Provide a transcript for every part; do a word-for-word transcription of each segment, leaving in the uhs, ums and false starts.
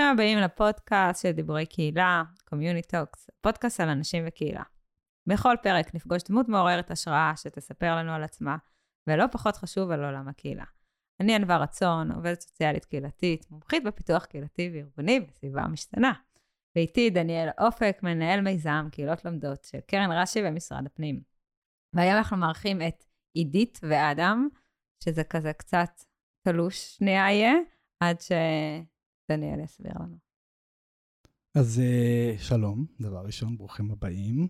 ברוכים הבאים לפודקאסט של דיבורי קהילה, Community Talks, פודקאסט על אנשים וקהילה. בכל פרק נפגוש דמות מעוררת השראה שתספר לנו על עצמה, ולא פחות חשוב על עולם הקהילה. אני ענווה רצון, עובדת סוציאלית קהילתית, מומחית בפיתוח קהילתי וארגוני בסביבה המשתנה. ואיתי דניאל אופק, מנהל מיזם קהילות לומדות של קרן רש"י ומשרד הפנים. והיום אנחנו מארחים את עידית ואדם, שזה כזה קצת תלוש שנייה יהיה, עד שדניאל יסביר לנו. אז שלום, דבר ראשון, ברוכים הבאים.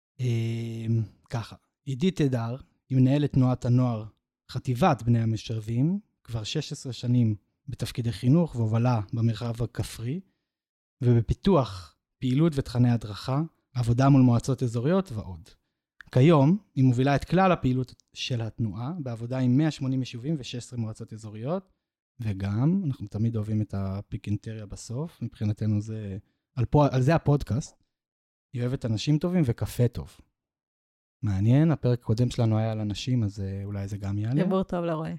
ככה, עידית אדר, היא מנהלת תנועת הנוער חטיבת בני המשלבים, כבר שש עשרה שנים בתפקידי חינוך והובלה במרחב הכפרי, ובפיתוח פעילות ותכני הדרכה, עבודה מול מועצות אזוריות ועוד. כיום היא מובילה את כלל הפעילות של התנועה, בעבודה עם מאה ושמונים יישובים ו-שש עשרה מועצות אזוריות, וגם, אנחנו תמיד אוהבים את הפיקנטריה בסוף, מבחינתנו זה, על, פה, על זה הפודקאסט, היא אוהבת אנשים טובים וקפה טוב. מעניין, הפרק הקודם שלנו היה על אנשים, אז אולי זה גם יעלה. דיבור טוב לרועי.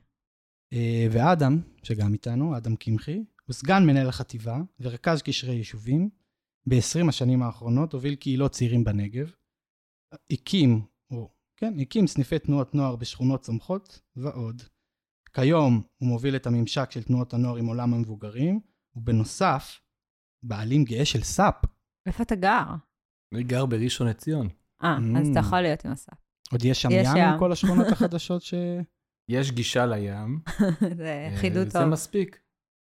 ואדם, שגם איתנו, אדם קמחי, הוא סגן מנהל החטיבה ורכז קשרי יישובים. ב-עשרים השנים האחרונות הוביל קהילות צעירים בנגב, הקים, או, כן, הקים סניפי תנועות נוער בשכונות צומחות ועוד. כיום הוא מוביל את הממשק של תנועות הנוער עם עולם המבוגרים, ובנוסף, בעלים גאה של סאפ. איפה אתה גר? אני גר בראשון לציון. אה, אז אתה יכול להיות עם הסאפ. עוד יש שם ים עם כל השכונות החדשות ש... יש גישה לים. זה חידוד טוב. זה מספיק.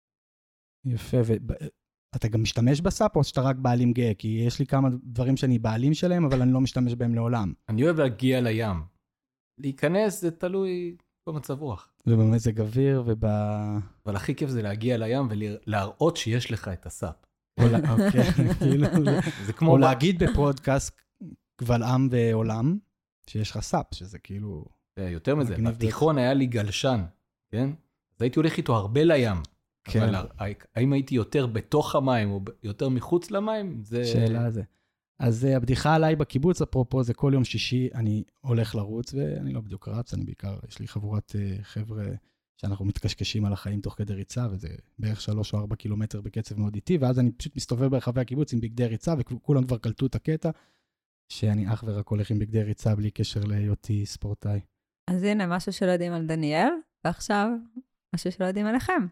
יפה, ואתה גם משתמש בסאפ או שאתה רק בעלים גאה? כי יש לי כמה דברים שאני בעלים שלהם, אבל אני לא משתמש בהם לעולם. אני אוהב להגיע לים. להיכנס זה תלוי במצב רוח. ובמזג אוויר וב... אבל הכי כיף זה להגיע לים ולהראות שיש לך את הסאפ. אוקיי, כאילו... זה כמו... או להגיד בפודקאסט קבל עם ועולם, שיש לך סאפ, שזה כאילו... יותר מזה, בתיכון היה לי גלשן, כן? אז הייתי הולך איתו הרבה לים. אבל האם הייתי יותר בתוך המים או יותר מחוץ למים? זה... שאלה זה. אז הבדיחה עליי בקיבוץ, אפרופו, זה כל יום שישי אני הולך לרוץ, ואני לא בדיוק רץ, אני בעיקר, יש לי חבורת חבר'ה שאנחנו מתקשקשים על החיים תוך כדי ריצה, וזה בערך שלוש או ארבע קילומטר בקצב מאוד איטי, ואז אני פשוט מסתובב ברחבי הקיבוץ עם בגדי ריצה, וכולם כבר קלטו את הקטע, שאני אך ורק הולך עם בגדי ריצה בלי קשר להיותי ספורטאי. אז הנה, משהו שלא יודעים על דניאל, ועכשיו משהו שלא יודעים עליכם.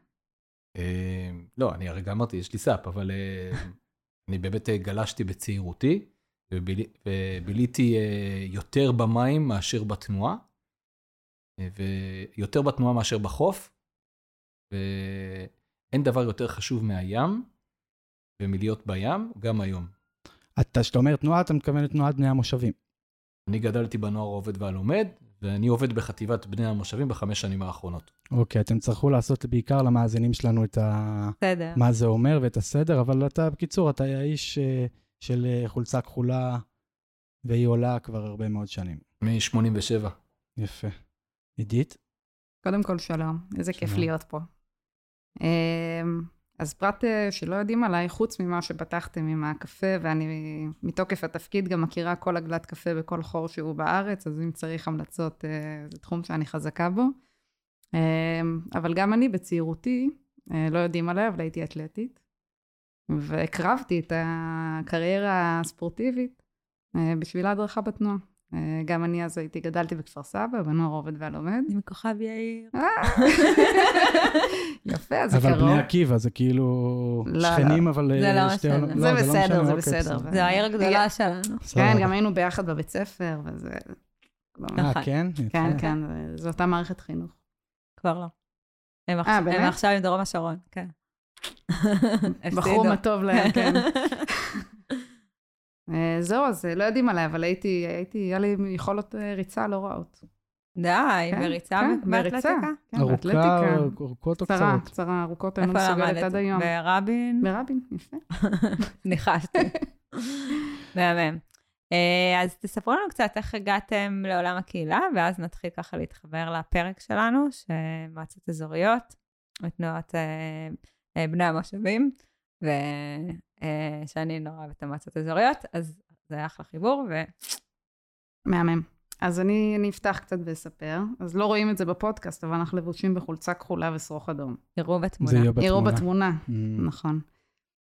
לא, אני הרגע אמרתי, יש לי סאפ, אבל אני באמת גלשתי בצעירותי, וביליתי יותר במים מאשר בתנועה, ויותר בתנועה מאשר בחוף, ואין דבר יותר חשוב מהים, ומלהיות בים, גם היום. אתה, שאתה אומר תנועה, אתה מתכוון לתנועת בני המושבים. אני גדלתי בנוער עובד והלומד, ואני עובד בחטיבת בני המושבים בחמש שנים האחרונות. אוקיי, אתם צריכו לעשות בעיקר למאזינים שלנו את ה... סדר. מה זה אומר ואת הסדר, אבל אתה, בקיצור, אתה האיש של חולצה כחולה, והיא עולה כבר הרבה מאוד שנים. מ-שמונים ושבע. יפה. עידית? קודם כל שלום, איזה כיף להיות פה. אז פרט שלא יודעים עליי, חוץ ממה שפתחתם עם הקפה, ואני מתוקף התפקיד גם מכירה כל עגלת קפה בכל חור שהוא בארץ, אז אם צריך המלצות, זה תחום שאני חזקה בו. אבל גם אני בצעירותי, לא יודעים עליי, אבל הייתי אתלטית, והקרבתי את הקריירה הספורטיבית בשביל ההדרכה בתנועה. גם אני אז הייתי, גדלתי בכפר סבא, בנוער עובד והלומד. עם כוכב יאיר. יפה, אז זה קרוב. קרוב. אבל בני עקיבא, זה כאילו שכנים, אבל... זה לא משנה. זה בסדר, זה בסדר. זה העיר הגדולה שלנו. כן, גם היינו ביחד בבית ספר, וזה... אה, כן? כן, כן, זו אותה מערכת חינוך. כבר לא. הם עכשיו עם דרום השרון, כן. בחור מה טוב להם, כן. זהו, אז לא יודעים עליי, אבל הייתי, הייתי, היה לי יכולות ריצה לא רעות. די, בריצה באתלטיקה? ארוכה, ארוכות או קצרות? קצרה, קצרה, ארוכות, אני לא מסוגלת עד היום. ברבין? ברבין, יפה. ניחשתי. מהמם. אז תספרו לנו קצת איך הגעתם לעולם הקהילה, ואז נתחיל ככה להתחבר לפרק שלנו, שמועצות אזוריות, תנועת בני המושבים, ושאני נורא אוהבת את המועצות אזוריות, אז זה היה אחלה חיבור, ו... מהמם. אז אני, אני אפתח קצת ואספר. אז לא רואים את זה בפודקאסט, אבל אנחנו לבושים בחולצה כחולה ושרוך אדום. יראו בתמונה. זה יהיה בתמונה. יראו בתמונה, Mm. נכון.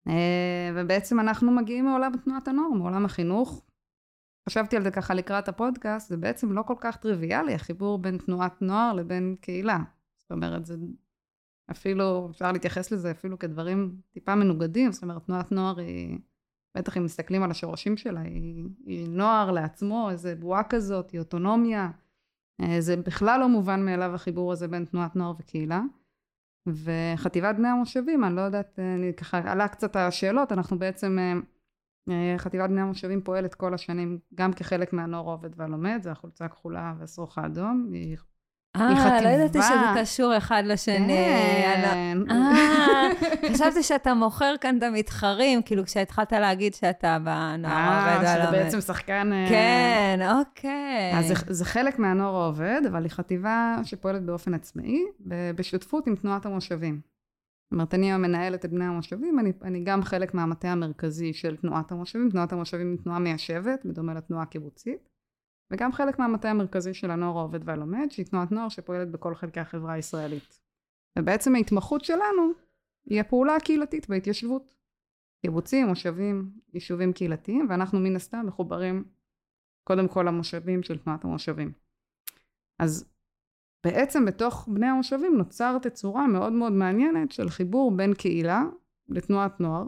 ובעצם אנחנו מגיעים מעולם תנועת הנוער, מעולם החינוך. חשבתי על זה ככה לקראת הפודקאסט, זה בעצם לא כל כך טריוויאלי, החיבור בין תנועת נוער לבין קהילה. זאת אומרת, זה אפילו, אפשר להתייחס לזה אפילו כדברים טיפה מנוגדים, זאת אומרת, תנועת נוער היא, בטח אם מסתכלים על השורשים שלה, היא, היא נוער לעצמו, איזו בועה כזאת, היא אוטונומיה, זה בכלל לא מובן מאליו החיבור הזה בין תנועת נוער וקהילה. וחטיבת בני המושבים, אני לא יודעת, אני ככה, עלה קצת השאלות, אנחנו בעצם, חטיבת בני המושבים פועלת כל השנים, גם כחלק מהנוער העובד והלומד, זה החולצה הכחולה והשרוך האדום, היא אה, לא ידעתי שזה קשור אחד לשני. כן. אה, חשבתי שאתה מוכר כאן את המתחרים, כאילו כשהתחלת להגיד שאתה בנוער העובד והלומד. אה, שזה בעצם שחקן... כן, אוקיי. אז זה, זה חלק מהנוער העובד, אבל היא חטיבה שפועלת באופן עצמאי, בשותפות עם תנועת המושבים. זאת אומרת, אני מנהלת את בני המושבים, אני, אני גם חלק מהמטה המרכזי של תנועת המושבים, תנועת המושבים היא תנועה מיישבת, בדומה לתנועה הקיבוצית, וגם חלק מהמטה המרכזי של הנוער העובד והלומד, שהיא תנועת נוער שפועלת בכל חלקי החברה הישראלית. ובעצם ההתמחות שלנו היא הפעולה הקהילתית בהתיישבות. קיבוצים, מושבים, יישובים קהילתיים, ואנחנו מן הסתם מחוברים קודם כל למושבים של תנועת המושבים. אז בעצם בתוך בני המושבים נוצר תצורה מאוד מאוד מעניינת של חיבור בין קהילה לתנועת נוער.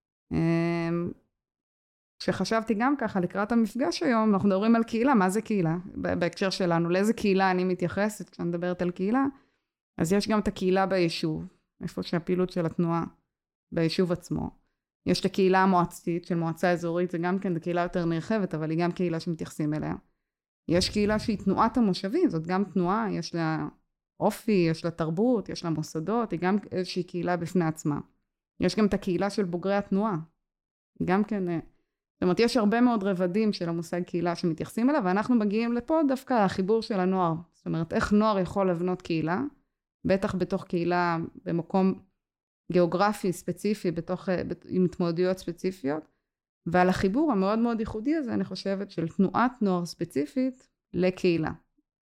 כשחשבתי גם ככה לקראת המפגש היום, אנחנו מדברים על קהילה, מה זה קהילה? בהקשר שלנו, לאיזה קהילה אני מתייחסת כשאני מדברת על קהילה? אז יש גם את הקהילה ביישוב, איפה שהפעילות של התנועה ביישוב עצמו. יש את הקהילה המועצתית של מועצה אזורית, זה גם כן קהילה יותר נרחבת, אבל היא גם קהילה שמתייחסים אליה. יש קהילה שהיא תנועת המושבים, זאת גם תנועה, יש לה אופי, יש לה תרבות, יש לה מוסדות, היא גם איזושהי קהילה בפני עצמה. יש גם את הקהילה של בוגרי התנועה. גם כן, זאת אומרת, יש הרבה מאוד רבדים של המושג קהילה שמתייחסים אליה, ואנחנו מגיעים לפה דווקא החיבור של הנוער. זאת אומרת, איך נוער יכול לבנות קהילה, בטח בתוך קהילה במקום גיאוגרפי ספציפי, בתוך, עם התמודדויות ספציפיות, ועל החיבור המאוד מאוד ייחודי הזה, אני חושבת, של תנועת נוער ספציפית לקהילה.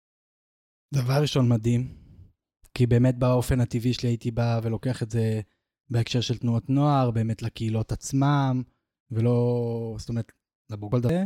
דבר ראשון מדהים, כי באמת באופן הטבעי שלי הייתי בא ולוקח את זה בהקשר של תנועות נוער, באמת לקהילות עצמם, ולא, זאת אומרת, לבוגל דבר.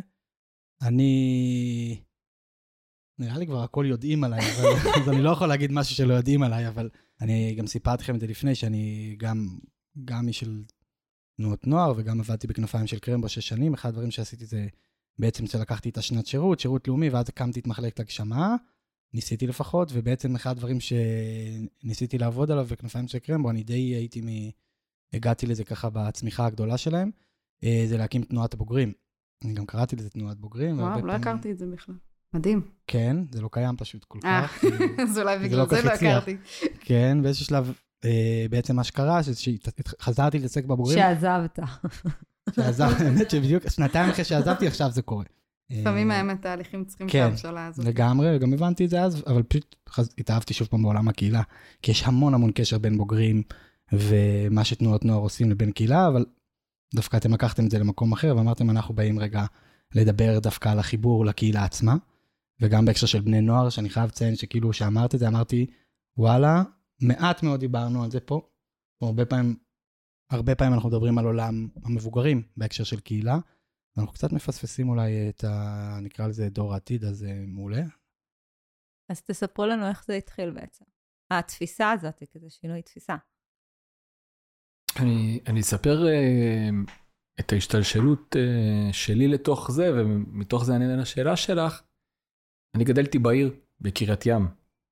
אני, נראה לי כבר הכל יודעים עליי, אבל, אז אני לא יכול להגיד משהו שלא יודעים עליי, אבל אני גם סיפרתי לכם את זה לפני, שאני גם, גם מי של תנועות נוער, וגם עבדתי בכנפיים של קרמבו שש שנים. אחד הדברים שעשיתי זה בעצם שלקחתי את השנת שירות, שירות לאומי, ואז הקמתי את מחלקת הגשמה, ניסיתי לפחות, ובעצם אחד הדברים שניסיתי לעבוד עליו בכנפיים של קרמבו, אני די הייתי מ... הגעתי לזה ככה בצמיחה הגדולה שלהם, זה להקים תנועת הבוגרים. אני גם קראתי לזה תנועת בוגרים. וואו, לא הכרתי את זה בכלל. מדהים. כן, זה לא קיים פשוט כל כך. אז אולי בגלל זה לא הכרתי. כן, באיזשהו שלב, בעצם מה שקרה, שחזרתי להתעסק בבוגרים. שעזבת. שעזבתי, האמת שבדיוק שנתיים אחרי שעזבתי, עכשיו זה קורה. לפעמים האמת, תהליכים צריכים את ההבשלה הזאת. כן, לגמרי, וגם הבנתי את זה אז, אבל פשוט התאהבתי שוב פעם בעולם הקהילה, כי יש המון המון קשר בין בוגרים, ומה שתנועות נוער עושים לבין קהילה, אבל דווקא אתם לקחתם את זה למקום אחר, ואמרתם, אנחנו באים רגע לדבר דווקא על החיבור לקהילה עצמה, וגם בהקשר של בני נוער, שאני חייב לציין שכאילו שאמרת את זה, אמרתי, וואלה, מעט מאוד דיברנו על זה פה, הרבה פעמים, הרבה פעמים אנחנו מדברים על עולם המבוגרים, בהקשר של קהילה, ואנחנו קצת מפספסים אולי את ה... נקרא לזה דור העתיד, אז זה מעולה. אז תספרו לנו איך זה התחיל בעצם. התפיסה הזאת, כזה שינוי תפיסה. אני, אני אספר uh, את ההשתלשלות uh, שלי לתוך זה, ומתוך זה אני אענה לשאלה שלך. אני גדלתי בעיר, בקריית ים,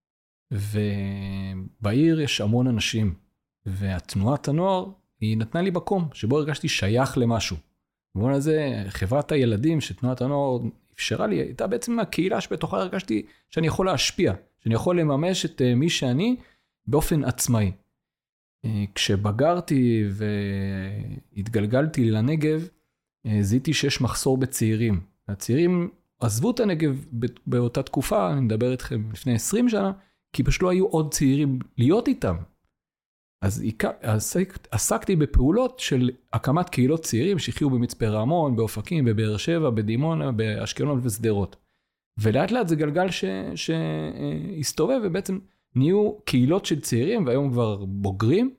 ובעיר יש המון אנשים, והתנועת הנוער היא נתנה לי מקום, שבו הרגשתי שייך למשהו. במובן הזה, חברת הילדים שתנועת הנוער אפשרה לי, הייתה בעצם הקהילה שבתוכה הרגשתי שאני יכול להשפיע, שאני יכול לממש את מי שאני באופן עצמאי. כשבגרתי והתגלגלתי לנגב, זיהיתי שיש מחסור בצעירים. הצעירים עזבו את הנגב באותה תקופה, אני מדבר איתכם לפני עשרים שנה, כי פשוט לא היו עוד צעירים להיות איתם. אז עסקתי בפעולות של הקמת קהילות צעירים שחיו במצפה רמון, באופקים, בבאר שבע, בדימונה, באשקלון וסדרות. ולאט לאט זה גלגל שהסתובב, ובעצם נהיו קהילות של צעירים, והיום כבר בוגרים,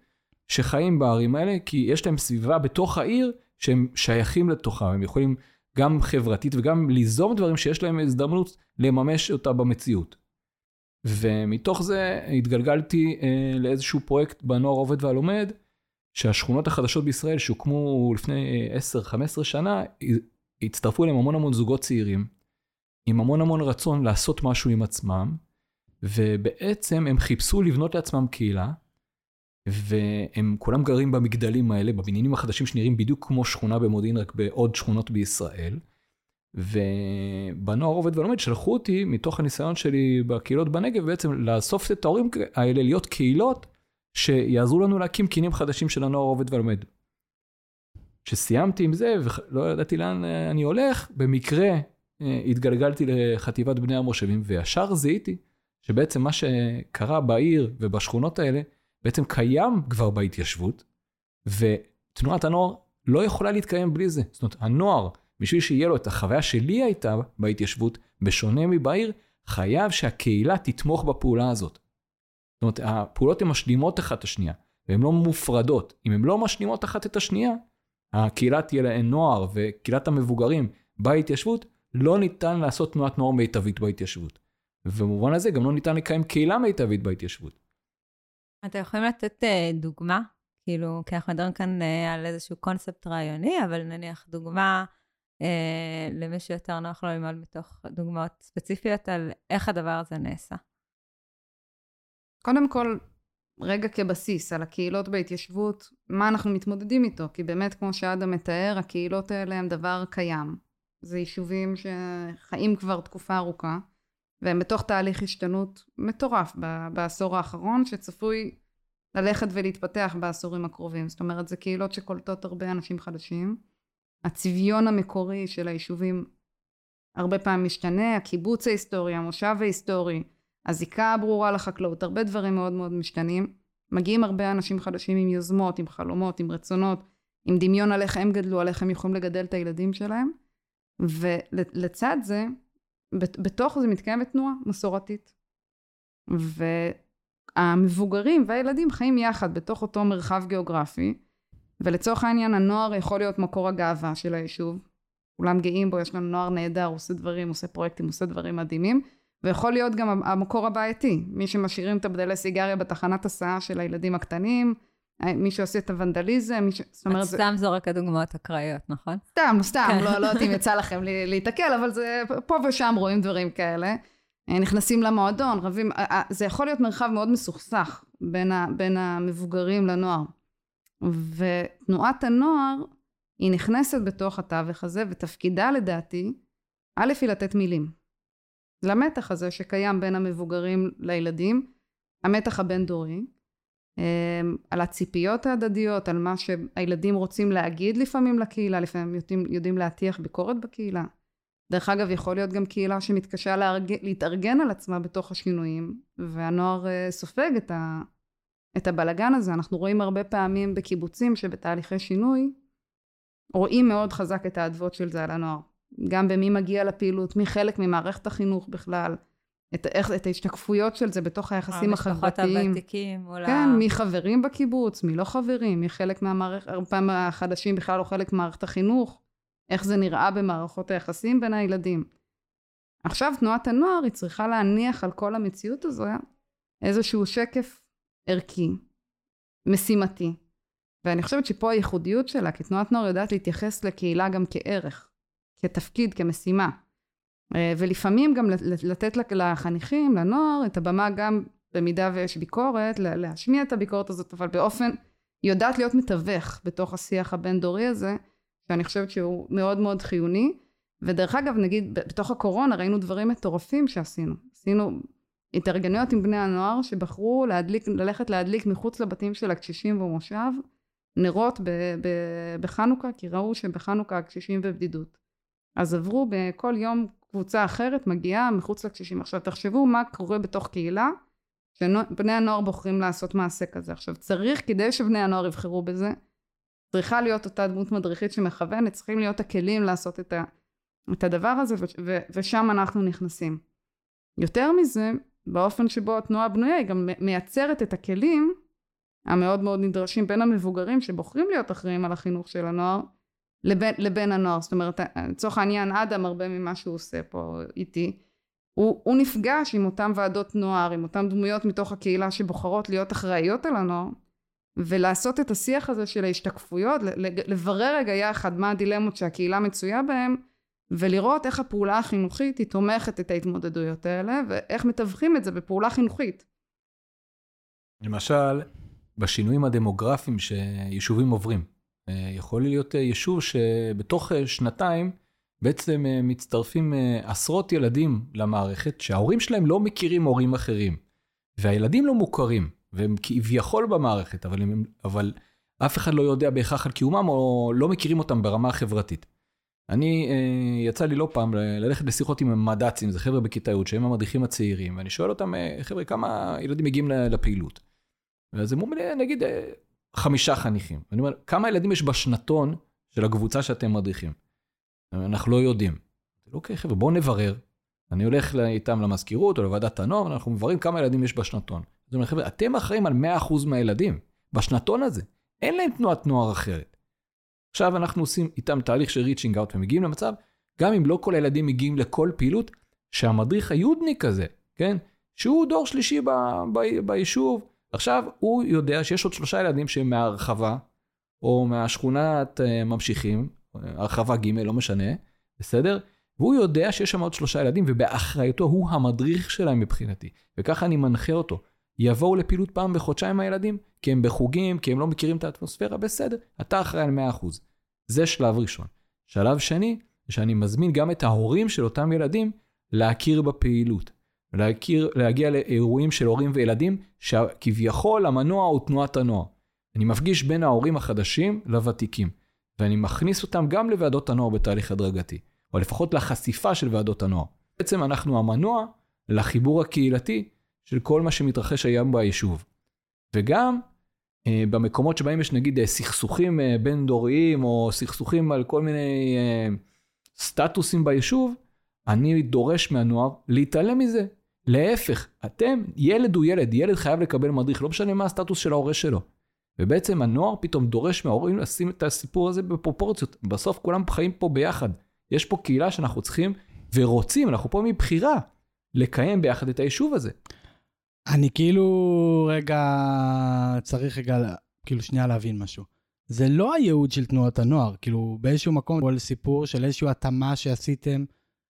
שחיים בערים האלה, כי יש להם סביבה בתוך העיר שהם שייכים לתוכה, הם יכולים גם חברתית וגם ליזום דברים שיש להם הזדמנות לממש אותה במציאות. ומתוך זה התגלגלתי אה, לאיזשהו פרויקט בנוער עובד והלומד, שהשכונות החדשות בישראל שהוקמו לפני עשר חמש עשרה שנה, הצטרפו אליהם המון המון זוגות צעירים, עם המון המון רצון לעשות משהו עם עצמם, ובעצם הם חיפשו לבנות לעצמם קהילה, והם כולם גרים במגדלים האלה, בבניינים החדשים שנראים בדיוק כמו שכונה במודיעין, רק בעוד שכונות בישראל, ובנוער עובד ולומד שלחו אותי מתוך הניסיון שלי בקהילות בנגב, בעצם לאסוף את ההורים האלה, להיות קהילות, שיעזרו לנו להקים קינים חדשים של הנוער עובד ולומד. כשסיימתי עם זה, ולא ידעתי לאן אני הולך, במקרה התגלגלתי לחטיבת בני המושבים, וישר זיהיתי שבעצם מה שקרה בעיר ובשכונות האלה, בעצם קיים כבר בהתיישבות, ותנועת הנוער לא יכולה להתקיים בלי זה. זאת אומרת, הנוער, בשביל שיהיה לו את החוויה שלי הייתה בהתיישבות, בשונה מבעיר, חייב שהקהילה תתמוך בפעולה הזאת. זאת אומרת, הפעולות הן משלימות אחת את השנייה, והן לא מופרדות. אם הן לא משלימות אחת את השנייה, הקהילה תהיה להן נוער וקהילת המבוגרים בהתיישבות, לא ניתן לעשות תנועת נוער מיטבית בהתיישבות. ובמובן הזה גם לא ניתן לקיים קהילה מיטבית בהתיישבות. אתם יכולים לתת דוגמה? כאילו, כי אנחנו מדברים כאן על איזשהו קונספט רעיוני, אבל נניח דוגמה אה, למי שיותר נוח לו ללמוד מתוך דוגמאות ספציפיות על איך הדבר הזה נעשה. קודם כל, רגע כבסיס על הקהילות בהתיישבות, מה אנחנו מתמודדים איתו? כי באמת, כמו שאדם מתאר, הקהילות האלה הם דבר קיים. זה יישובים שחיים כבר תקופה ארוכה, והם בתוך תהליך השתנות מטורף בעשור האחרון, שצפוי ללכת ולהתפתח בעשורים הקרובים. זאת אומרת, זה קהילות שקולטות הרבה אנשים חדשים. הצביון המקורי של היישובים הרבה פעמים משתנה, הקיבוץ ההיסטורי, המושב ההיסטורי, הזיקה הברורה לחקלאות, הרבה דברים מאוד מאוד משתנים. מגיעים הרבה אנשים חדשים עם יוזמות, עם חלומות, עם רצונות, עם דמיון על איך הם גדלו, על איך הם יכולים לגדל את הילדים שלהם. ולצד זה, בתוך זה מתקיימת תנועה מסורתית. והמבוגרים והילדים חיים יחד בתוך אותו מרחב גיאוגרפי, ולצורך העניין הנוער יכול להיות מקור הגאווה של היישוב. כולם גאים בו, יש לנו נוער נהדר, הוא עושה דברים, הוא עושה פרויקטים, הוא עושה דברים מדהימים, ויכול להיות גם המקור הבעייתי, מי שמשאירים את הבדלי סיגריה בתחנת הסעה של הילדים הקטנים, מי שעושה את הוונדליזם, מי ש... את אומרת, סתם זה... זורק הדוגמאות הקראיות, נכון? סתם, סתם, לא, לא יודעת אם יצא לכם להתעכל, אבל זה פה ושם רואים דברים כאלה, נכנסים למועדון, רבים, זה יכול להיות מרחב מאוד מסוכסך בין, ה... בין המבוגרים לנוער, ותנועת הנוער היא נכנסת בתוך התווך הזה, ותפקידה לדעתי, א' היא לתת מילים. למתח הזה שקיים בין המבוגרים לילדים, המתח הבין דורי, על הציפיות ההדדיות, על מה שהילדים רוצים להגיד לפעמים לקהילה, לפעמים יודעים, יודעים להטיח ביקורת בקהילה. דרך אגב, יכול להיות גם קהילה שמתקשה להרג... להתארגן על עצמה בתוך השינויים, והנוער סופג את, ה... את הבלגן הזה. אנחנו רואים הרבה פעמים בקיבוצים שבתהליכי שינוי, רואים מאוד חזק את העדבות של זה על הנוער. גם במי מגיע לפעילות, מי חלק ממערכת החינוך בכלל, את, איך, את ההשתקפויות של זה בתוך היחסים החברתיים. המשפחות הוותיקים. כן, מי חברים בקיבוץ, מי לא חברים, מי חלק מהמערכת, הרבה פעמים החדשים בכלל לא חלק ממערכת החינוך, איך זה נראה במערכות היחסים בין הילדים. עכשיו תנועת הנוער היא צריכה להניח על כל המציאות הזו, איזשהו שקף ערכי, משימתי. ואני חושבת שפה הייחודיות שלה, כי תנועת נוער יודעת להתייחס לקהילה גם כערך, כתפקיד, כמשימה. ולפעמים גם לתת לחניכים, לנוער, את הבמה גם במידה ויש ביקורת, להשמיע את הביקורת הזאת, אבל באופן, יודעת להיות מתווך בתוך השיח הבין דורי הזה, שאני חושבת שהוא מאוד מאוד חיוני. ודרך אגב, נגיד, בתוך הקורונה ראינו דברים מטורפים שעשינו. עשינו התארגנויות עם בני הנוער שבחרו להדליק, ללכת להדליק מחוץ לבתים של הקשישים במושב, נרות ב, ב, בחנוכה, כי ראו שבחנוכה הקשישים בבדידות. אז עברו בכל יום קבוצה אחרת מגיעה מחוץ לקשישים. עכשיו תחשבו מה קורה בתוך קהילה, שבני הנוער בוחרים לעשות מעשה כזה. עכשיו צריך, כדי שבני הנוער יבחרו בזה, צריכה להיות אותה דמות מדריכית שמכוונת, צריכים להיות הכלים לעשות את, ה, את הדבר הזה, ו, ו, ושם אנחנו נכנסים. יותר מזה, באופן שבו התנועה הבנויה היא גם מייצרת את הכלים המאוד מאוד נדרשים בין המבוגרים שבוחרים להיות אחראים על החינוך של הנוער, לבין, לבין הנוער. זאת אומרת, לצורך העניין, אדם, הרבה ממה שהוא עושה פה איתי, הוא, הוא נפגש עם אותם ועדות נוער, עם אותם דמויות מתוך הקהילה שבוחרות להיות אחראיות על הנוער, ולעשות את השיח הזה של ההשתקפויות, לברר רגע יחד מה הדילמות שהקהילה מצויה בהם, ולראות איך הפעולה החינוכית היא תומכת את ההתמודדויות האלה, ואיך מתווכים את זה בפעולה חינוכית. למשל, בשינויים הדמוגרפיים שיישובים עוברים, יכול להיות יישוב שבתוך שנתיים בעצם מצטרפים עשרות ילדים למערכת, שההורים שלהם לא מכירים הורים אחרים, והילדים לא מוכרים, והם כביכול במערכת, אבל, הם, אבל אף אחד לא יודע בהכרח על קיומם, או לא מכירים אותם ברמה החברתית. אני, יצא לי לא פעם ללכת לשיחות עם מד"צים, זה חבר'ה בכיתה י' שהם המדריכים הצעירים, ואני שואל אותם, חבר'ה, כמה ילדים מגיעים לפעילות? ואז הם אומרים, נגיד, חמישה חניכים. אני אומר, כמה ילדים יש בשנתון של הקבוצה שאתם מדריכים? אנחנו לא יודעים. אוקיי, חבר'ה, בואו נברר. אני הולך איתם למזכירות או לוועדת הנוער, ואנחנו מבררים כמה ילדים יש בשנתון. זאת אומרת, חבר'ה, אתם אחראים על מאה אחוז מהילדים בשנתון הזה. אין להם תנועת נוער אחרת. עכשיו אנחנו עושים איתם תהליך של ריצ'ינג אאוט, ומגיעים למצב, גם אם לא כל הילדים מגיעים לכל פעילות, שהמדריך היודניק הזה, כן? שהוא דור שלישי ב, ב, ביישוב, עכשיו הוא יודע שיש עוד שלושה ילדים שהם מהרחבה, או מהשכונת ממשיכים, הרחבה ג' לא משנה, בסדר? והוא יודע שיש שם עוד שלושה ילדים, ובאחריותו הוא המדריך שלהם מבחינתי. וככה אני מנחה אותו. יבואו לפעילות פעם בחודשיים הילדים, כי הם בחוגים, כי הם לא מכירים את האטמוספירה, בסדר, אתה אחראי על מאה אחוז. זה שלב ראשון. שלב שני, שאני מזמין גם את ההורים של אותם ילדים להכיר בפעילות. להכיר, להגיע לאירועים של הורים וילדים, שכביכול המנוע הוא תנועת הנוער. אני מפגיש בין ההורים החדשים לוותיקים, ואני מכניס אותם גם לוועדות הנוער בתהליך הדרגתי, או לפחות לחשיפה של ועדות הנוער. בעצם אנחנו המנוע לחיבור הקהילתי של כל מה שמתרחש היום ביישוב. וגם אה, במקומות שבהם יש נגיד אה, סכסוכים אה, בין דוריים, או סכסוכים על כל מיני אה, סטטוסים ביישוב, אני דורש מהנוער להתעלם מזה. להפך, אתם, ילד הוא ילד, ילד חייב לקבל מדריך, לא משנה מה הסטטוס של ההורה שלו. ובעצם הנוער פתאום דורש מההורים לשים את הסיפור הזה בפרופורציות. בסוף כולם חיים פה ביחד. יש פה קהילה שאנחנו צריכים ורוצים, אנחנו פה מבחירה, לקיים ביחד את היישוב הזה. אני כאילו רגע, צריך רגע, כאילו שנייה להבין משהו. זה לא הייעוד של תנועת הנוער, כאילו באיזשהו מקום, כל סיפור של איזשהו התאמה שעשיתם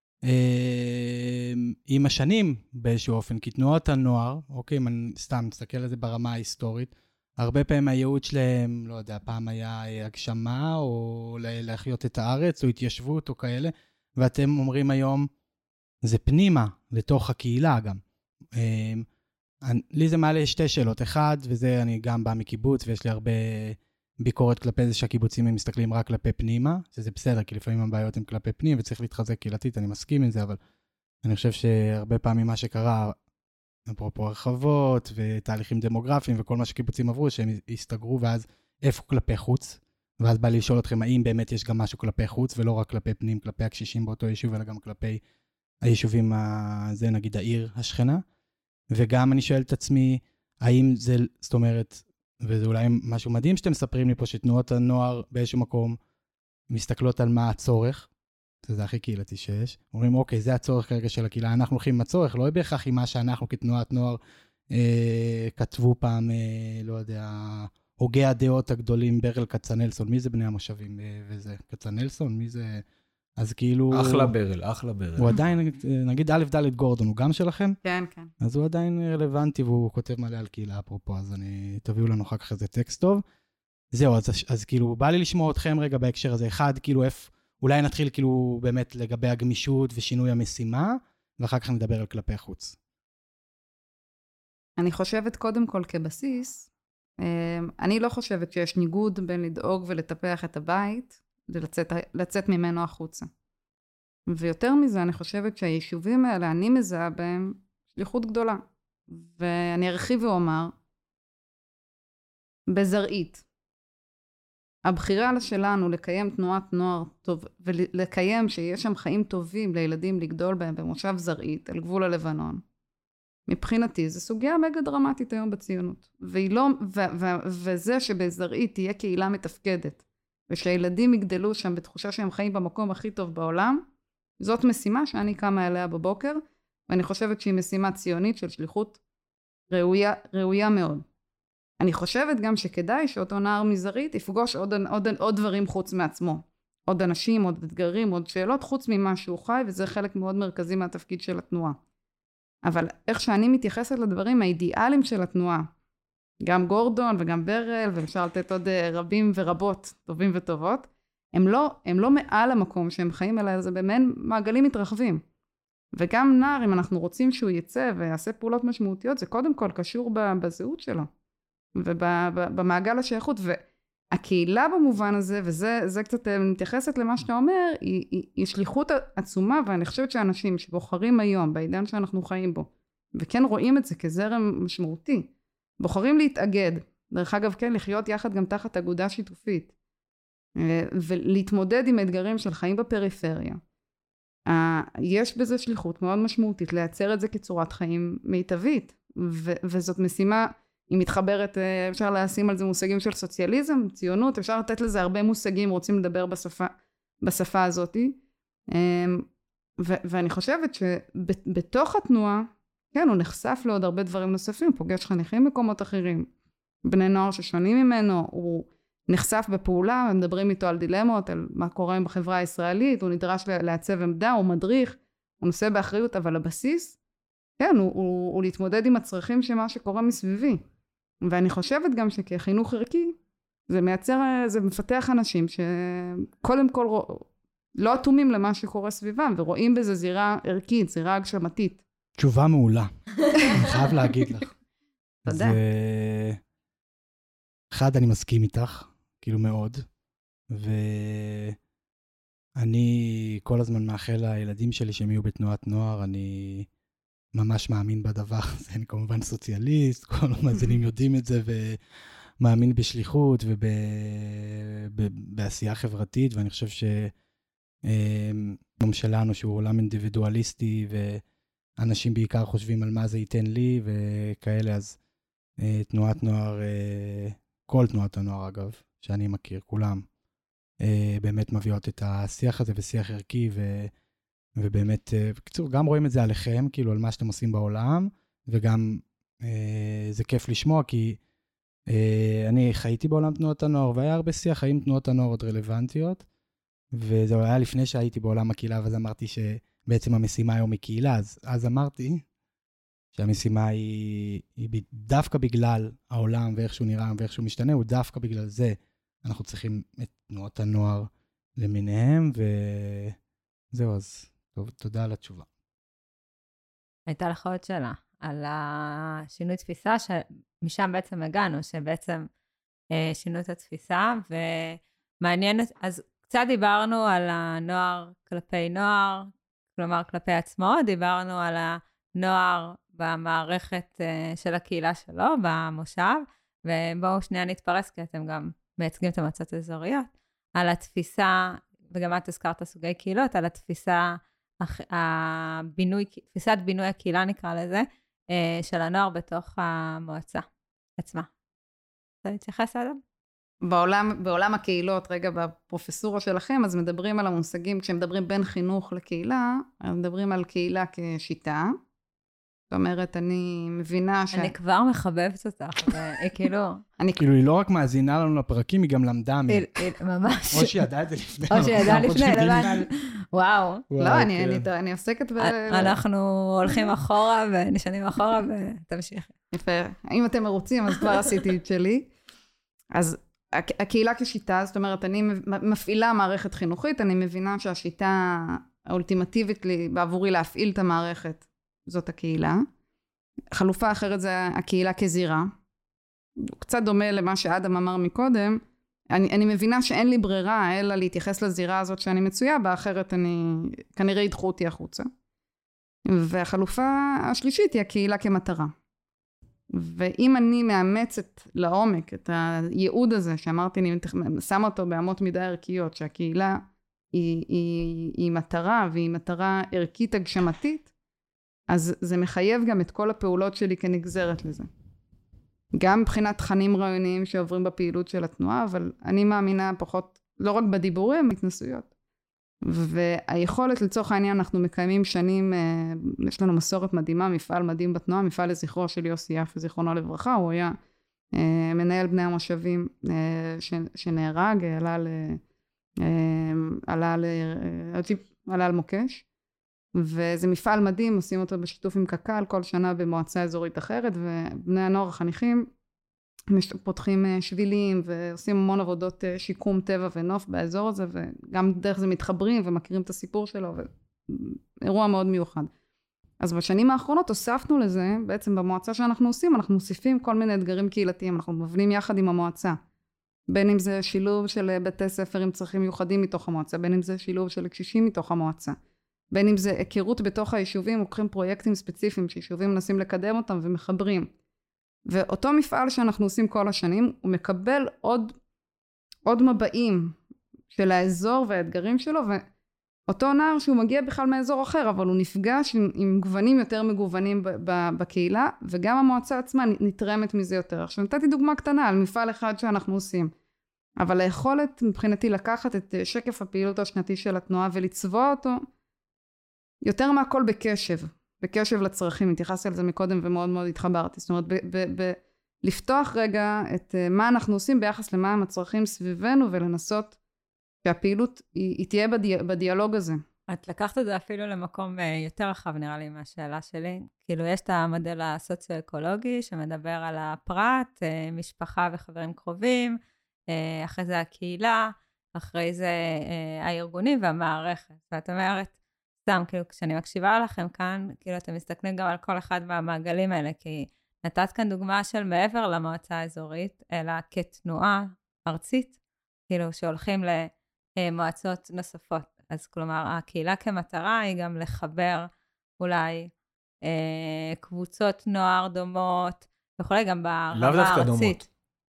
אה, עם השנים באיזשהו אופן, כי תנועת הנוער, אוקיי, אם אני סתם מסתכל על זה ברמה ההיסטורית, הרבה פעמים הייעוד שלהם, לא יודע, פעם היה הגשמה, או להחיות את הארץ, או התיישבות, או כאלה, ואתם אומרים היום, זה פנימה, לתוך הקהילה גם. אה, לי זה מעלה שתי שאלות. אחד, וזה אני גם בא מקיבוץ, ויש לי הרבה ביקורת כלפי זה שהקיבוצים הם מסתכלים רק כלפי פנימה, שזה בסדר, כי לפעמים הבעיות הם כלפי פנים, וצריך להתחזק קהילתית, אני מסכים עם זה, אבל אני חושב שהרבה פעמים מה שקרה, אפרופו הרחבות, ותהליכים דמוגרפיים, וכל מה שקיבוצים עברו, שהם הסתגרו, ואז איפה כלפי חוץ, ואז בא לי לשאול אתכם, האם באמת יש גם משהו כלפי חוץ, ולא רק כלפי פנים, כלפי הקשישים באותו יישוב, אלא גם כלפי היישובים, זה נגיד העיר השכנה. וגם אני שואל את עצמי, האם זה, זאת אומרת, וזה אולי משהו מדהים שאתם מספרים לי פה, שתנועות הנוער באיזשהו מקום מסתכלות על מה הצורך, זה הכי קהילתי שיש, אומרים, אוקיי, זה הצורך כרגע של הקהילה, אנחנו הולכים עם הצורך, לא בהכרח עם מה שאנחנו כתנועת נוער אה, כתבו פעם, אה, לא יודע, הוגי הדעות הגדולים, ברל כצנלסון, מי זה בני המושבים אה, וזה? כצנלסון, מי זה? אז כאילו... אחלה ברל, אחלה ברל. הוא עדיין, נגיד א' ד' גורדון, הוא גם שלכם? כן, כן. אז הוא עדיין רלוונטי, והוא כותב מלא על קהילה, אפרופו, אז אני, תביאו לנו אחר כך איזה טקסט טוב. זהו, אז, אז כאילו, בא לי לשמוע אתכם רגע בהקשר הזה. אחד, כאילו, איפה, אולי נתחיל כאילו באמת לגבי הגמישות ושינוי המשימה, ואחר כך נדבר על כלפי חוץ. אני חושבת קודם כל כבסיס, אני לא חושבת שיש ניגוד בין לדאוג ולטפח את הבית, לצאת, לצאת ממנו החוצה. ויותר מזה, אני חושבת שהיישובים האלה, אני מזהה בהם שליחות גדולה. ואני ארחיב ואומר, בזרעית, הבחירה שלנו לקיים תנועת נוער טוב, ולקיים שיש שם חיים טובים לילדים לגדול בהם במושב זרעית, על גבול הלבנון, מבחינתי, זו סוגיה מגה דרמטית היום בציונות. והיא לא, ו, ו, וזה שבזרעית תהיה קהילה מתפקדת, ושהילדים יגדלו שם בתחושה שהם חיים במקום הכי טוב בעולם, זאת משימה שאני קמה אליה בבוקר, ואני חושבת שהיא משימה ציונית של שליחות ראויה, ראויה מאוד. אני חושבת גם שכדאי שאותו נער מזרעית יפגוש עוד, עוד, עוד דברים חוץ מעצמו. עוד אנשים, עוד אתגרים, עוד שאלות חוץ ממה שהוא חי, וזה חלק מאוד מרכזי מהתפקיד של התנועה. אבל איך שאני מתייחסת לדברים, האידיאלים של התנועה, גם גורדון וגם ברל, ואפשר לתת עוד רבים ורבות, טובים וטובות, הם לא, הם לא מעל המקום שהם חיים, אלא זה במעין מעגלים מתרחבים. וגם נער, אם אנחנו רוצים שהוא יצא ויעשה פעולות משמעותיות, זה קודם כל קשור בזהות שלו, ובמעגל השייכות, והקהילה במובן הזה, וזה זה קצת מתייחסת למה שאתה אומר, היא, היא, היא שליחות עצומה, ואני חושבת שאנשים שבוחרים היום, בעידן שאנחנו חיים בו, וכן רואים את זה כזרם משמעותי, בוחרים להתאגד, דרך אגב כן, לחיות יחד גם תחת אגודה שיתופית, ולהתמודד עם האתגרים של חיים בפריפריה. יש בזה שליחות מאוד משמעותית, לייצר את זה כצורת חיים מיטבית, ו- וזאת משימה, היא מתחברת, אפשר לשים על זה מושגים של סוציאליזם, ציונות, אפשר לתת לזה הרבה מושגים, רוצים לדבר בשפה, בשפה הזאת, ו- ואני חושבת שבתוך התנועה, כן, הוא נחשף לעוד הרבה דברים נוספים, פוגש חניכים במקומות אחרים, בני נוער ששונים ממנו, הוא נחשף בפעולה, מדברים איתו על דילמות, על מה קורה בחברה הישראלית, הוא נדרש לעצב עמדה, הוא מדריך, הוא נושא באחריות, אבל הבסיס, כן, הוא, הוא, הוא להתמודד עם הצרכים של מה שקורה מסביבי. ואני חושבת גם שכחינוך ערכי, זה מייצר, זה מפתח אנשים שקודם כל לא אטומים למה שקורה סביבם, ורואים בזה זירה ערכית, זירה הגשמתית. תשובה מעולה. אני חייב להגיד לך. תודה. אחד, אני מסכים איתך, כאילו מאוד, ואני כל הזמן מאחל לילדים שלי שהם יהיו בתנועת נוער, אני ממש מאמין בדבר הזה, אני כמובן סוציאליסט, כל המאזינים יודעים את זה, ומאמין בשליחות ובעשייה חברתית, ואני חושב שעולם שלנו שהוא עולם אינדיבידואליסטי, ואנשים בעיקר חושבים על מה זה ייתן לי, וכאלה, אז תנועת נוער, כל תנועת הנוער אגב, שאני מכיר, כולם, באמת מביאות את השיח הזה ושיח ערכי, ו... ובאמת, בקיצור, גם רואים את זה עליכם, כאילו על מה שאתם עושים בעולם, וגם אה, זה כיף לשמוע, כי אה, אני חייתי בעולם תנועות הנוער, והיה הרבה שיח, האם תנועות הנוער עוד רלוונטיות, וזה היה לפני שהייתי בעולם הקהילה, ואז אמרתי שבעצם המשימה היום היא קהילה, אז, אז אמרתי שהמשימה היא, היא דווקא בגלל העולם, ואיך שהוא נראה, ואיך שהוא משתנה, הוא דווקא בגלל זה, אנחנו צריכים את תנועות הנוער למיניהם, וזהו, אז טוב, תודה על התשובה. הייתה לך עוד שאלה, על השינוי תפיסה, שמשם בעצם הגענו, שבעצם אה, שינו את התפיסה, ומעניין, אז קצת דיברנו על הנוער כלפי נוער, כלומר כלפי עצמו, דיברנו על הנוער במערכת אה, של הקהילה שלו, במושב, ובואו שנייה נתפרס, כי אתם גם מייצגים את המועצות האזוריות, על התפיסה, וגם את הזכרת סוגי קהילות, על התפיסה, הבינוי, תפיסת בינוי הקהילה נקרא לזה, של הנוער בתוך המועצה עצמה. אתה להתייחס אדם? בעולם, בעולם הקהילות, רגע בפרופסורה שלכם, אז מדברים על המושגים, כשמדברים בין חינוך לקהילה, אז מדברים על קהילה כשיטה. זאת אומרת, אני מבינה ש... אני כבר מחבבת אותך, וכאילו... כאילו, היא לא רק מאזינה לנו לפרקים, היא גם למדה מי. ממש. או שהיא ידעה את זה לפני. או שהיא ידעה לפני, וואו. לא, אני עוסקת ב... אנחנו הולכים אחורה ונשנים אחורה, ותמשיך. יפה. אם אתם מרוצים, אז כבר עשיתי את שלי. אז הקהילה כשיטה, זאת אומרת, אני מפעילה מערכת חינוכית, אני מבינה שהשיטה האולטימטיבית לי, בעבורי להפעיל את המערכת, זאת הקהילה. חלופה אחרת זה הקהילה כזירה. קצת דומה למה שאדם אמר מקודם. אני, אני מבינה שאין לי ברירה אלא להתייחס לזירה הזאת שאני מצויה בה, אחרת אני כנראה ידחו אותי החוצה. והחלופה השלישית היא הקהילה כמטרה. ואם אני מאמצת לעומק את הייעוד הזה שאמרתי, אני שמה אותו באמות מידה ערכיות, שהקהילה היא, היא, היא מטרה והיא מטרה ערכית הגשמתית, אז זה מחייב גם את כל הפעולות שלי כנגזרת לזה. גם מבחינת תכנים רעיוניים שעוברים בפעילות של התנועה, אבל אני מאמינה פחות, לא רק בדיבורים, התנסויות. והיכולת לצורך העניין, אנחנו מקיימים שנים, יש לנו מסורת מדהימה, מפעל מדהים בתנועה, מפעל לזכרו של יוסי יפה, זיכרונו לברכה, הוא היה מנהל בני המושבים שנהרג, עלה ל... עלה ל... עלה על מוקש, וזה מפעל מדהים, עושים אותו בשיתוף עם קק"ל, כל שנה במועצה אזורית אחרת, ובני הנוער החניכים פותחים שבילים, ועושים המון עבודות שיקום טבע ונוף באזור הזה, וגם דרך זה מתחברים ומכירים את הסיפור שלו, ואירוע מאוד מיוחד. אז בשנים האחרונות הוספנו לזה, בעצם במועצה שאנחנו עושים, אנחנו מוסיפים כל מיני אתגרים קהילתיים, אנחנו מבנים יחד עם המועצה, בין אם זה שילוב של בתי ספר עם צרכים מיוחדים מתוך המועצה, בין אם זה שילוב של קשישים מתוך המועצה, בין אם זה היכרות בתוך היישובים, לוקחים פרויקטים ספציפיים שיישובים מנסים לקדם אותם ומחברים. ואותו מפעל שאנחנו עושים כל השנים, הוא מקבל עוד, עוד מבעים של האזור והאתגרים שלו, ואותו נער שהוא מגיע בכלל מאזור אחר, אבל הוא נפגש עם, עם גוונים יותר מגוונים ב, ב, בקהילה, וגם המועצה עצמה נתרמת מזה יותר. עכשיו נתתי דוגמה קטנה על מפעל אחד שאנחנו עושים, אבל היכולת מבחינתי לקחת את שקף הפעילות השנתי של התנועה ולצבוע אותו, יותר מהכל בקשב, בקשב לצרכים, התייחסתי על זה מקודם ומאוד מאוד התחברתי, זאת אומרת, ב- ב- ב- לפתוח רגע את מה אנחנו עושים ביחס למה הם הצרכים סביבנו, ולנסות שהפעילות היא, היא תהיה בדי, בדיאלוג הזה. את לקחת את זה אפילו למקום יותר רחב, נראה לי, מהשאלה שלי. כאילו, יש את המודל הסוציו-אקולוגי, שמדבר על הפרט, משפחה וחברים קרובים, אחרי זה הקהילה, אחרי זה הארגונים והמערכת. ואת אומרת, סתם, כאילו, כשאני מקשיבה לכם כאן, כאילו, אתם מסתכלים גם על כל אחד מהמעגלים האלה, כי נתת כאן דוגמה של מעבר למועצה האזורית, אלא כתנועה ארצית, כאילו, שהולכים למועצות נוספות. אז כלומר, הקהילה כמטרה היא גם לחבר אולי אה, קבוצות נוער דומות, וכולי גם ברמה הארצית.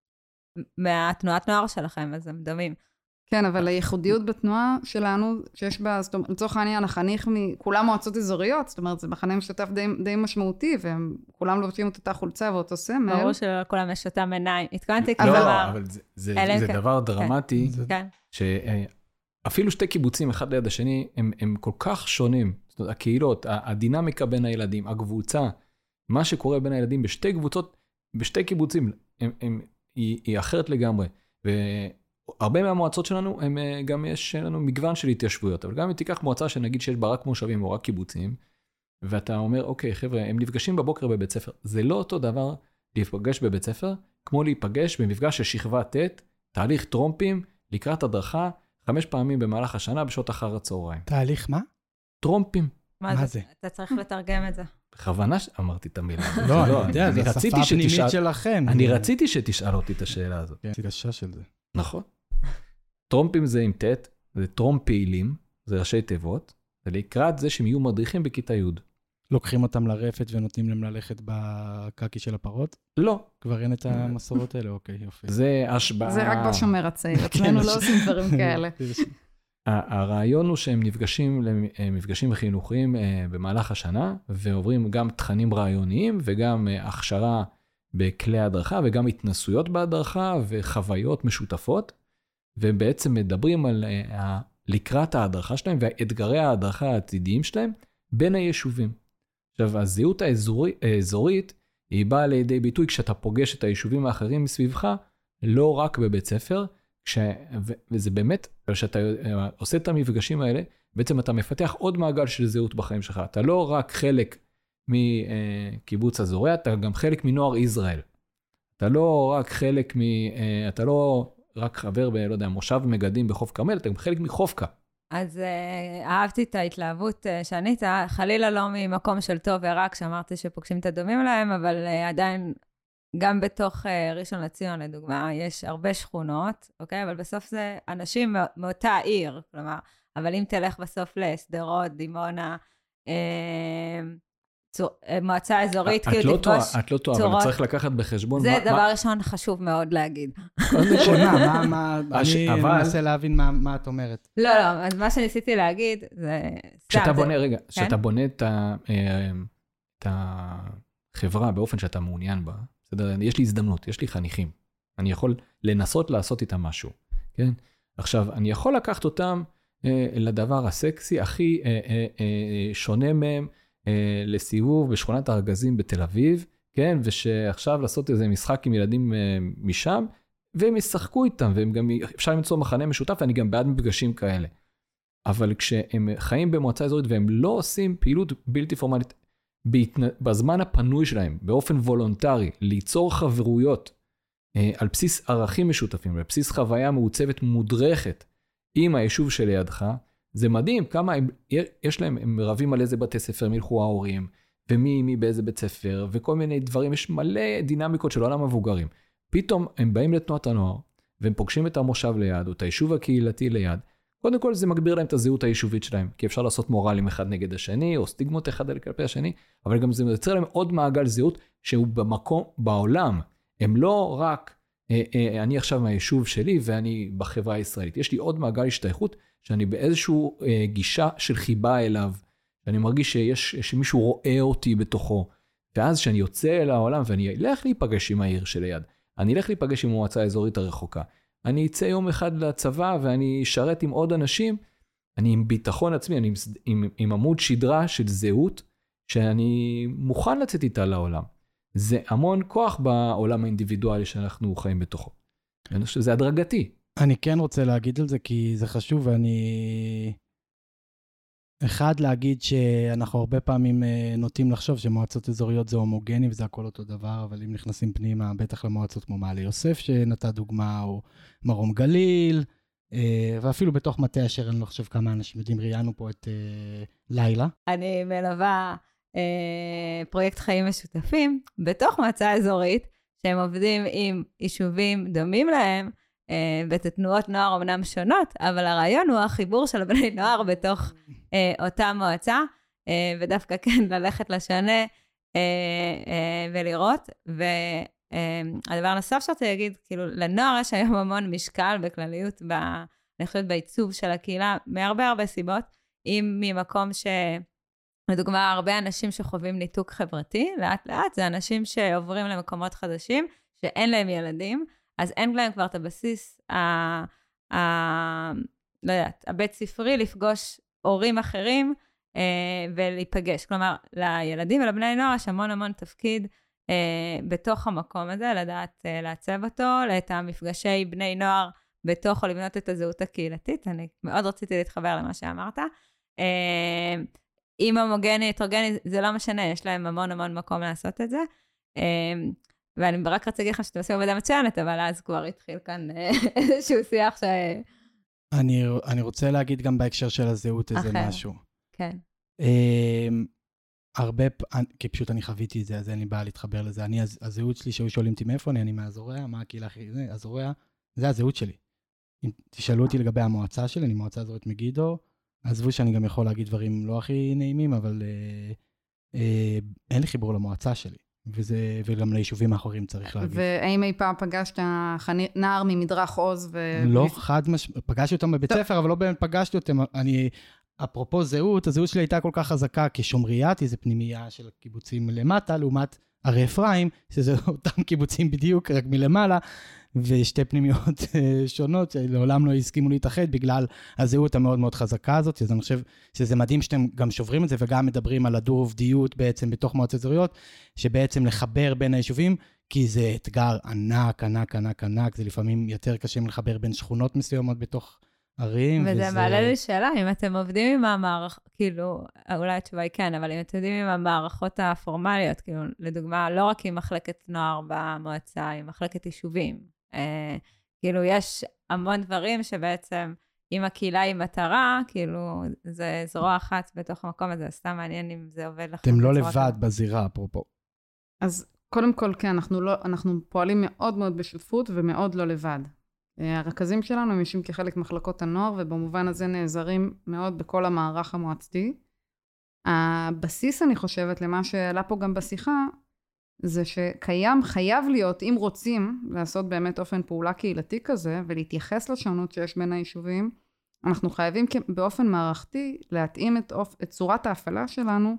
מהתנועת נוער שלכם, אז הם דומים. כן, אבל הייחודיות בתנועה שלנו, שיש בה, זאת אומרת, לצורך העניין, החניך מכולם מועצות אזוריות, זאת אומרת, זה מחנה משותף די, די משמעותי, והם כולם לובשים את אותה חולצה ואותו סמל. ברור שלא כולם יש אותם עיניים. התכוונתי לא, כדבר. אבל זה, זה, זה דבר דרמטי, כן. שאפילו שתי קיבוצים אחד ליד השני, הם, הם כל כך שונים. זאת אומרת, הקהילות, הדינמיקה בין הילדים, הקבוצה, מה שקורה בין הילדים בשתי קבוצות, בשתי קיבוצים, הם, הם, היא, היא אחרת לגמרי. ו... הרבה מהמועצות שלנו, הם, גם יש לנו מגוון של התיישבויות, אבל גם אם תיקח מועצה שנגיד שיש בה רק מושבים או רק קיבוצים, ואתה אומר, אוקיי, חבר'ה, הם נפגשים בבוקר בבית ספר. זה לא אותו דבר להיפגש בבית ספר, כמו להיפגש במפגש של שכבה ט', תהליך טרומפים, לקראת הדרכה, חמש פעמים במהלך השנה, בשעות אחר הצהריים. תהליך מה? טרומפים. מה זה? אתה צריך לתרגם את זה. בכוונה אמרתי את המילה. לא, אני יודע, זה השפה הפנימית שלכם. אני רציתי שתשאל אותי את השאלה הזאת. זה קשה של זה. נכון. טרומפים זה עם תת, זה טרום פעילים, זה ראשי תיבות, ולקראת זה שהם יהיו מדריכים בכיתה י'. לוקחים אותם לרפת ונותנים להם ללכת בקקי של הפרות? לא. כבר אין את המסורות האלה, אוקיי, יופי. זה השבעה... זה רק בשומר הצעיר, אצלנו לא עושים דברים כאלה. הרעיון הוא שהם נפגשים למפגשים חינוכיים במהלך השנה, ועוברים גם תכנים רעיוניים, וגם הכשרה בכלי ההדרכה, וגם התנסויות בהדרכה, וחוויות משותפות, ובעצם מדברים על לקראת ההדרכה שלהם, והאתגרי ההדרכה העתידיים שלהם, בין היישובים. עכשיו, הזהות האזורית, היא באה לידי ביטוי, כשאתה פוגש את היישובים האחרים מסביבך, לא רק בבית ספר, כש... וזה באמת, כשאתה עושה את המפגשים האלה, בעצם אתה מפתח עוד מעגל של זהות בחיים שלך. אתה לא רק חלק מקיבוץ אזורי, אתה גם חלק מנוער ישראל. אתה לא רק חלק מ... אתה לא רק חבר ב... לא יודע, מושב מגדים בחוף כרמל, אתה גם חלק מחופקה. אז uh, אהבתי את ההתלהבות uh, שענית, חלילה לא ממקום של טוב ורע, כשאמרתי שפוגשים את הדומים להם, אבל uh, עדיין גם בתוך uh, ראשון לציון, לדוגמה, יש הרבה שכונות, אוקיי? אבל בסוף זה אנשים מאותה עיר, כלומר, אבל אם תלך בסוף לסדרות, דימונה, uh, צור, מועצה אזורית, כאילו תפגוש... את לא טועה, אבל צריך לקחת בחשבון... זה דבר ראשון חשוב מאוד להגיד. שונה, אני מנסה להבין מה את אומרת. לא, לא, אז מה שניסיתי להגיד זה... כשאתה בונה, רגע, כשאתה בונה את את החברה באופן שאתה מעוניין בה, בסדר? יש לי הזדמנות, יש לי חניכים. אני יכול לנסות לעשות איתם משהו, כן? עכשיו, אני יכול לקחת אותם אה, לדבר הסקסי, הכי אה, אה, אה, שונה מהם, אה, לסיבוב בשכונת הארגזים בתל אביב, כן? ושעכשיו לעשות איזה משחק עם ילדים אה, משם, והם ישחקו איתם, והם גם, אפשר למצוא מחנה משותף, ואני גם בעד מפגשים כאלה. אבל כשהם חיים במועצה אזורית, והם לא עושים פעילות בלתי פורמלית, בהתנ... בזמן הפנוי שלהם, באופן וולונטרי, ליצור חברויות, אה, על בסיס ערכים משותפים, על בסיס חוויה מעוצבת מודרכת, עם היישוב שלידך, זה מדהים כמה הם, יש להם, הם רבים על איזה בתי ספר, מלכו ההורים, ומי מי באיזה בית ספר, וכל מיני דברים, יש מלא דינמיקות של עולם המבוגרים. פתאום הם באים לתנועת הנוער, והם פוגשים את המושב ליד, או את היישוב הקהילתי ליד. קודם כל זה מגביר להם את הזהות היישובית שלהם, כי אפשר לעשות מורלים אחד נגד השני, או סטיגמות אחד על כלפי השני, אבל גם זה יוצר להם עוד מעגל זהות, שהוא במקום, בעולם, הם לא רק, אה, אה, אני עכשיו מהיישוב שלי, ואני בחברה הישראלית. יש לי עוד מעגל השתייכות, שאני באיזשהו אה, גישה של חיבה אליו, שאני מרגיש שיש, שמישהו רואה אותי בתוכו, ואז שאני יוצא אל העולם, ואני אלך להיפגש עם העיר שליד, אני אלך להיפגש עם המועצה האזורית הרחוקה, אני אצא יום אחד לצבא, ואני אשרת עם עוד אנשים, אני עם ביטחון עצמי, אני עם, עם, עם עמוד שדרה של זהות, שאני מוכן לצאת איתה לעולם. זה המון כוח בעולם האינדיבידואלי שאנחנו חיים בתוכו. אני חושב שזה הדרגתי. אני כן רוצה להגיד על זה, כי זה חשוב, ואני... אחד, להגיד שאנחנו הרבה פעמים נוטים לחשוב שמועצות אזוריות זה הומוגני, וזה הכל אותו דבר, אבל אם נכנסים פנימה, בטח למועצות כמו מעלה יוסף, שנתת דוגמה, או מרום גליל, ואפילו בתוך מטה אשר, אני לא חושב כמה אנשים יודעים, ראיינו פה את לילה. אני מלווה פרויקט חיים משותפים, בתוך מועצה אזורית, שהם עובדים עם יישובים דומים להם, בתנועות נוער אמנם שונות, אבל הרעיון הוא החיבור של בני נוער בתוך אותה מועצה, ודווקא כן ללכת לשנה ולראות. והדבר הנוסף שאתה להגיד, כאילו לנוער יש היום המון משקל בכלליות, אני חושבת בעיצוב של הקהילה, מהרבה הרבה סיבות, אם ממקום ש... לדוגמה, הרבה אנשים שחווים ניתוק חברתי, לאט לאט, זה אנשים שעוברים למקומות חדשים, שאין להם ילדים, אז אין להם כבר את הבסיס, ה, ה, לא יודעת, הבית ספרי לפגוש הורים אחרים אה, ולהיפגש. כלומר, לילדים ולבני נוער יש המון המון תפקיד אה, בתוך המקום הזה, לדעת אה, לעצב אותו, את המפגשי בני נוער בתוך, או לבנות את הזהות הקהילתית. אני מאוד רציתי להתחבר למה שאמרת. אה, אם הומוגני, הטרוגני, זה לא משנה, יש להם המון המון מקום לעשות את זה. אה, ואני רק רציתי להגיד לך שאתם עושים עבודה מצוינת, אבל אז כבר התחיל כאן איזשהו שיח ש... אני, אני רוצה להגיד גם בהקשר של הזהות איזה אחר. משהו. כן. הרבה, כי פשוט אני חוויתי את זה, אז אין לי בעיה להתחבר לזה. אני, הזהות שלי, שהיו שואלים אותי מאיפה אני, אני מהאזוריה, מה הקהילה הכי, זה, אזוריה, זה הזהות שלי. אם תשאלו אותי לגבי המועצה שלי, אני מועצה אזורית מגידו, עזבו שאני גם יכול להגיד דברים לא הכי נעימים, אבל אה, אה, אין לי חיבור למועצה שלי. וזה, וגם ליישובים האחרים צריך להגיד. והאם אי פעם פגשת נער ממדרך עוז? ו... לא, חד מש... פגשתי אותם בבית ספר, אבל לא באמת פגשתי אותם. אני, אפרופו זהות, הזהות שלי הייתה כל כך חזקה, כשומריאתי, זה פנימייה של קיבוצים למטה, לעומת הרי אפרים, שזה אותם קיבוצים בדיוק, רק מלמעלה, ושתי פנימיות שונות, שלעולם לא הסכימו להתאחד, בגלל הזהות המאוד מאוד חזקה הזאת, אז אני חושב שזה מדהים שאתם גם שוברים את זה, וגם מדברים על הדור עובדיות בעצם בתוך מועצות אזוריות, שבעצם לחבר בין היישובים, כי זה אתגר ענק, ענק, ענק, ענק, זה לפעמים יותר קשה לחבר בין שכונות מסוימות בתוך ערים. וזה וזה... מעלה לי שאלה, אם אתם עובדים עם המערכ... כאילו, אולי התשובה היא כן, אבל אם אתם עובדים עם המערכות הפורמליות, כאילו, לדוגמה, לא רק עם מחלקת נוער במועצה, עם מחלקת יישובים, אה, כאילו, יש המון דברים שבעצם, אם הקהילה היא מטרה, כאילו, זה זרוע אחת בתוך המקום הזה, סתם מעניין אם זה עובד לכם. אתם לא לבד בזירה, אפרופו. אז קודם כל, כן, אנחנו, לא, אנחנו פועלים מאוד מאוד בשותפות ומאוד לא לבד. הרכזים שלנו הם יושבים כחלק מחלקות הנוער, ובמובן הזה נעזרים מאוד בכל המערך המועצתי. הבסיס, אני חושבת, למה שעלה פה גם בשיחה, זה שקיים, חייב להיות, אם רוצים לעשות באמת אופן פעולה קהילתי כזה, ולהתייחס לשונות שיש בין היישובים, אנחנו חייבים באופן מערכתי להתאים את, את צורת ההפעלה שלנו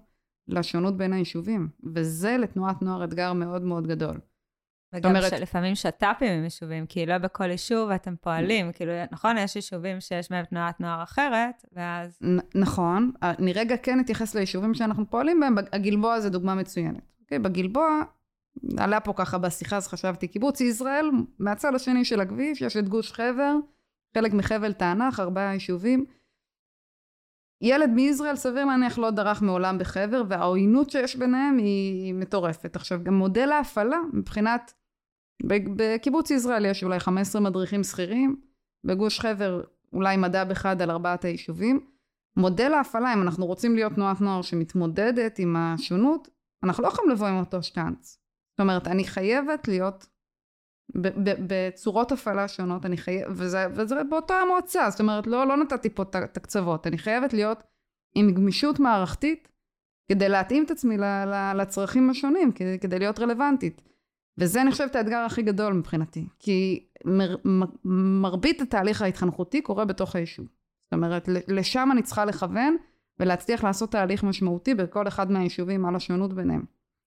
לשונות בין היישובים, וזה לתנועת נוער אתגר מאוד מאוד גדול. וגם אומרת, שלפעמים שת"פים עם יישובים, כי לא בכל יישוב אתם פועלים, כאילו, נכון, יש יישובים שיש מהם תנועת נוער אחרת, ואז... נ- נכון, אני רגע כן אתייחס ליישובים שאנחנו פועלים בהם, הגלבוע זה דוגמה מצוינת. אוקיי? בגלבוע, עלה פה ככה בשיחה, אז חשבתי, קיבוץ ישראל, מהצד השני של הכביש, יש את גוש חבר, חלק מחבל תענך, ארבעה יישובים. ילד מישראל סביר להניח לא דרך מעולם בחבר, והעוינות שיש ביניהם היא מטורפת. עכשיו, גם מודל ההפעלה, מבחינת, בקיבוץ ישראל יש אולי חמישה עשר מדריכים שכירים, בגוש חבר אולי מדע אחד על ארבעת היישובים. מודל ההפעלה, אם אנחנו רוצים להיות תנועת נוער שמתמודדת עם השונות, אנחנו לא יכולים לבוא עם אותו שטנץ. זאת אומרת, אני חייבת להיות בצורות הפעלה שונות, אני חייבת, וזה, וזה באותה המועצה, זאת אומרת, לא, לא נתתי פה תקצוות, אני חייבת להיות עם גמישות מערכתית, כדי להתאים את עצמי לצרכים השונים, כדי, כדי להיות רלוונטית. וזה אני חושבת האתגר הכי גדול מבחינתי, כי מר, מרבית התהליך ההתחנכותי קורה בתוך היישוב. זאת אומרת, לשם אני צריכה לכוון, ולהצליח לעשות תהליך משמעותי בכל אחד מהיישובים על השונות ביניהם.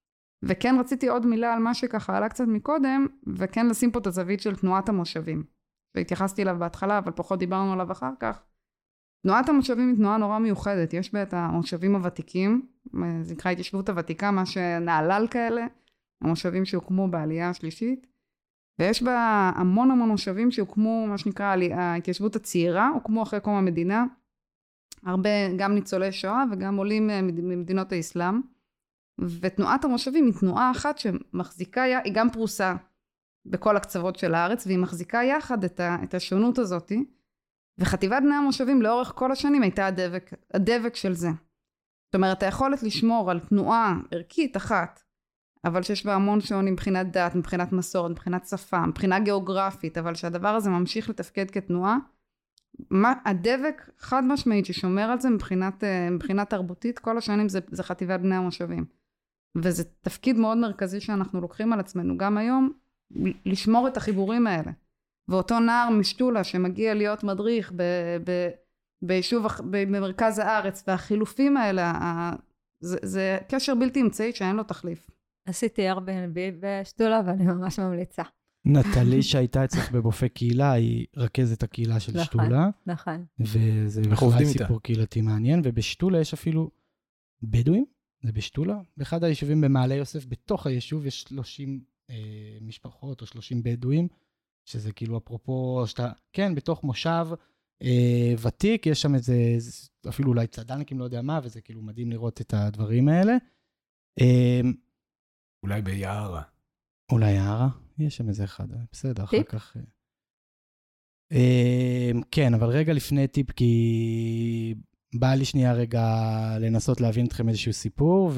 וכן רציתי עוד מילה על מה שככה עלה קצת מקודם, וכן לשים פה את הזווית של תנועת המושבים. והתייחסתי אליו בהתחלה, אבל פחות דיברנו עליו אחר כך. תנועת המושבים היא תנועה נורא מיוחדת. יש בה את המושבים הוותיקים, זה נקרא התיישבות הוותיקה, מה שנעלל כאלה, המושבים שהוקמו בעלייה השלישית. ויש בה המון המון מושבים שהוקמו, מה שנקרא ההתיישבות הצעירה, הוקמו אחרי קום המדינה. הרבה גם ניצולי שואה וגם עולים ממדינות האסלאם. ותנועת המושבים היא תנועה אחת שמחזיקה, היא גם פרוסה בכל הקצוות של הארץ, והיא מחזיקה יחד את, ה, את השונות הזאת, וחטיבת בני המושבים לאורך כל השנים הייתה הדבק, הדבק של זה. זאת אומרת, היכולת לשמור על תנועה ערכית אחת, אבל שיש בה המון שוני מבחינת דת, מבחינת מסורת, מבחינת שפה, מבחינה גיאוגרפית, אבל שהדבר הזה ממשיך לתפקד כתנועה, מה, הדבק חד משמעית ששומר על זה מבחינת, מבחינת תרבותית, כל השנים זה, זה חטיבת בני המושבים. וזה תפקיד מאוד מרכזי שאנחנו לוקחים על עצמנו גם היום, לשמור את החיבורים האלה. ואותו נער משתולה שמגיע להיות מדריך ב, ב, ביישוב, במרכז הארץ, והחילופים האלה, זה, זה קשר בלתי אמצעי שאין לו תחליף. עשיתי Airbnb בשתולה ואני ממש ממליצה. נטלי שהייתה אצלך בבופי קהילה, היא רכזת הקהילה של שתולה. נכון. וזה בכלל סיפור קהילתי מעניין, ובשתולה יש אפילו בדואים, זה בשתולה. באחד היישובים במעלה יוסף, בתוך היישוב יש שלושים אה, משפחות או שלושים בדואים, שזה כאילו אפרופו, שאתה, כן, בתוך מושב אה, ותיק, יש שם איזה, אפילו אולי צד"לניקים, לא יודע מה, וזה כאילו מדהים לראות את הדברים האלה. אה, אולי ביערה. אולי יערה, יש שם איזה אחד, בסדר, אחר כך. אה, כן, אבל רגע לפני טיפ, כי בא לי שנייה רגע לנסות להבין אתכם איזשהו סיפור,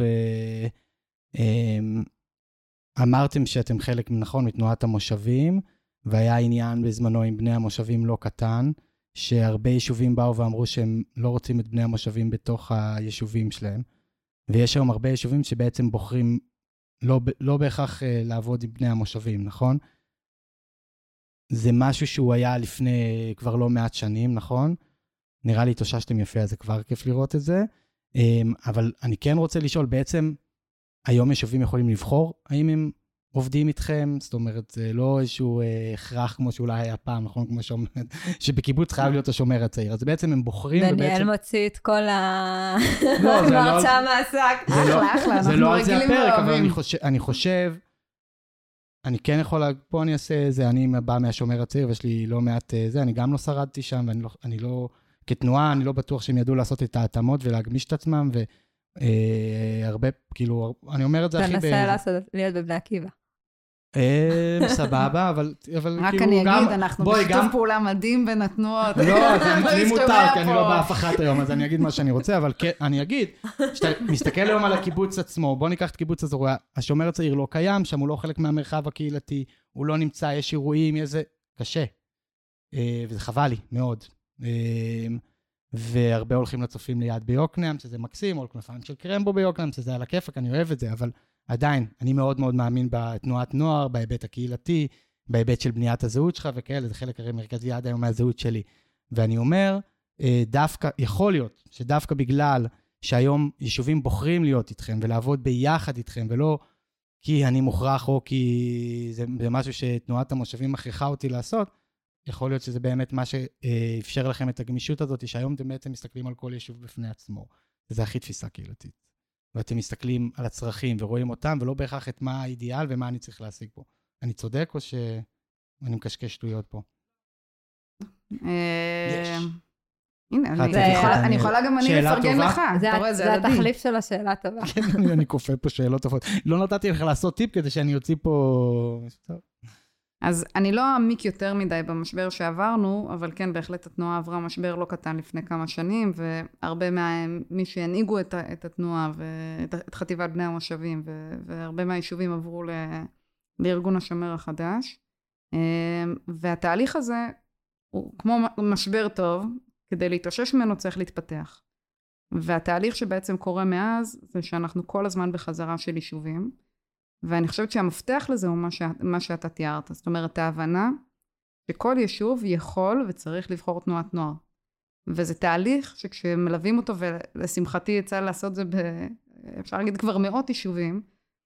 ואמרתם שאתם חלק, נכון, מתנועת המושבים, והיה עניין בזמנו עם בני המושבים לא קטן, שהרבה יישובים באו ואמרו שהם לא רוצים את בני המושבים בתוך היישובים שלהם, ויש היום הרבה יישובים שבעצם בוחרים לא, לא בהכרח לעבוד עם בני המושבים, נכון? זה משהו שהוא היה לפני כבר לא מעט שנים, נכון? נראה לי תוששתם יפה, אז זה כבר כיף לראות את זה. אבל אני כן רוצה לשאול, בעצם היום יישובים יכולים לבחור האם הם עובדים איתכם? זאת אומרת, זה לא איזשהו הכרח כמו שאולי היה פעם, נכון? כמו שאומרת, שבקיבוץ חייב להיות השומר הצעיר. אז בעצם הם בוחרים דניאל מוציא את כל המרצה מהשק. אחלה, אחלה, אנחנו רגילים ואוהבים. אני חושב, אני כן יכול, פה אני אעשה זה, אני בא מהשומר הצעיר, ויש לי לא מעט זה, אני גם לא שרדתי שם, ואני לא, כתנועה, אני לא בטוח שהם ידעו לעשות את ההתאמות ולהגמיש את עצמם, והרבה, כאילו, אני אומר את זה הכי... תנסה לעשות, להיות בבני עקיבא. סבבה, אבל כאילו גם... רק אני אגיד, אנחנו בשיתוף פעולה מדהים בין התנועות. לא, אני מותר, כי אני לא באף אחת היום, אז אני אגיד מה שאני רוצה, אבל אני אגיד, שאתה מסתכל היום על הקיבוץ עצמו, בוא ניקח את קיבוץ הזורע, השומר הצעיר לא קיים, שם הוא לא חלק מהמרחב הקהילתי, הוא לא נמצא, יש אירועים, יש זה קשה, וזה חבל לי מאוד. והרבה הולכים לצופים ליד ביוקנעם, שזה מקסים, או לכנפיים של קרמבו ביוקנעם, שזה על הכיפק, אני אוהב את זה, אבל עדיין, אני מאוד מאוד מאמין בתנועת נוער, בהיבט הקהילתי, בהיבט של בניית הזהות שלך וכאלה, זה חלק הרי מרכזי עד היום מהזהות שלי. ואני אומר, דווקא, יכול להיות שדווקא בגלל שהיום יישובים בוחרים להיות איתכם ולעבוד ביחד איתכם, ולא כי אני מוכרח או כי זה, זה משהו שתנועת המושבים מכריחה אותי לעשות, יכול להיות שזה באמת מה שאפשר לכם את הגמישות הזאת, שהיום אתם בעצם מסתכלים על כל יישוב בפני עצמו. וזה הכי תפיסה קהילתית. ואתם מסתכלים על הצרכים ורואים אותם, ולא בהכרח את מה האידיאל ומה אני צריך להשיג פה. אני צודק או שאני מקשקש שטויות פה? יש. הנה, אני יכולה גם אני לפרגן לך. זה התחליף של השאלה טובה. כן, אני כופה פה שאלות טובות. לא נתתי לך לעשות טיפ כדי שאני יוציא פה... אז אני לא אעמיק יותר מדי במשבר שעברנו, אבל כן, בהחלט התנועה עברה משבר לא קטן לפני כמה שנים, והרבה מי שהנהיגו את, את התנועה ואת חטיבת בני המושבים, והרבה מהיישובים עברו ל, לארגון השומר החדש. והתהליך הזה הוא כמו משבר טוב, כדי להתאושש ממנו צריך להתפתח. והתהליך שבעצם קורה מאז, זה שאנחנו כל הזמן בחזרה של יישובים, ואני חושבת שהמפתח לזה הוא מה, ש... מה שאתה תיארת. זאת אומרת, ההבנה שכל יישוב יכול וצריך לבחור תנועת נוער. וזה תהליך שכשמלווים אותו, ולשמחתי יצא לעשות זה, ב... אפשר להגיד כבר מאות יישובים,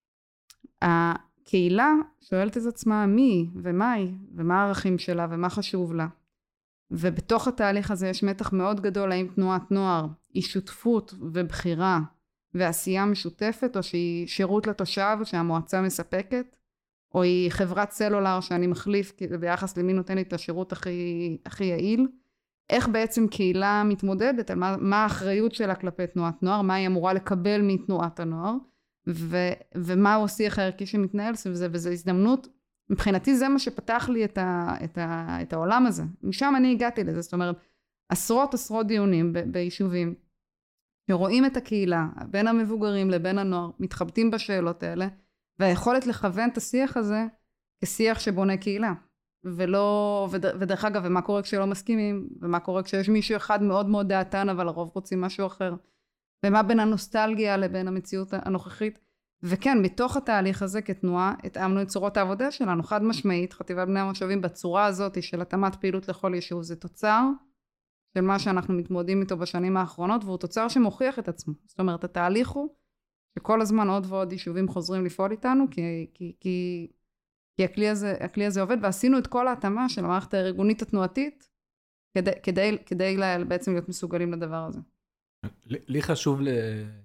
הקהילה שואלת את עצמה מי ומה היא, ומה הערכים שלה ומה חשוב לה. ובתוך התהליך הזה יש מתח מאוד גדול, האם תנועת נוער היא שותפות ובחירה, ועשייה משותפת, או שהיא שירות לתושב שהמועצה מספקת, או היא חברת סלולר שאני מחליף ביחס למי נותן לי את השירות הכי, הכי יעיל. איך בעצם קהילה מתמודדת, על מה, מה האחריות שלה כלפי תנועת נוער, מה היא אמורה לקבל מתנועת הנוער, ו, ומה הוא השיח הערכי שמתנהל סביב זה, וזו הזדמנות, מבחינתי זה מה שפתח לי את, ה, את, ה, את העולם הזה. משם אני הגעתי לזה, זאת אומרת, עשרות עשרות דיונים ב, ביישובים, שרואים את הקהילה, בין המבוגרים לבין הנוער, מתחבטים בשאלות האלה, והיכולת לכוון את השיח הזה כשיח שבונה קהילה. ולא, וד, ודרך אגב, ומה קורה כשלא מסכימים, ומה קורה כשיש מישהו אחד מאוד מאוד דעתן, אבל הרוב רוצים משהו אחר. ומה בין הנוסטלגיה לבין המציאות הנוכחית. וכן, מתוך התהליך הזה כתנועה, התאמנו את צורות העבודה שלנו, חד משמעית, חטיבת בני המושבים בצורה הזאת של התאמת פעילות לכל יישוב, זה תוצר של מה שאנחנו מתמודדים איתו בשנים האחרונות, והוא תוצר שמוכיח את עצמו. זאת אומרת, התהליך הוא שכל הזמן עוד ועוד יישובים חוזרים לפעול איתנו, כי, כי, כי, כי הכלי הזה, הכלי הזה עובד, ועשינו את כל ההתאמה של המערכת הארגונית התנועתית, כדי, כדי, כדי לה, בעצם להיות מסוגלים לדבר הזה. לי חשוב ל...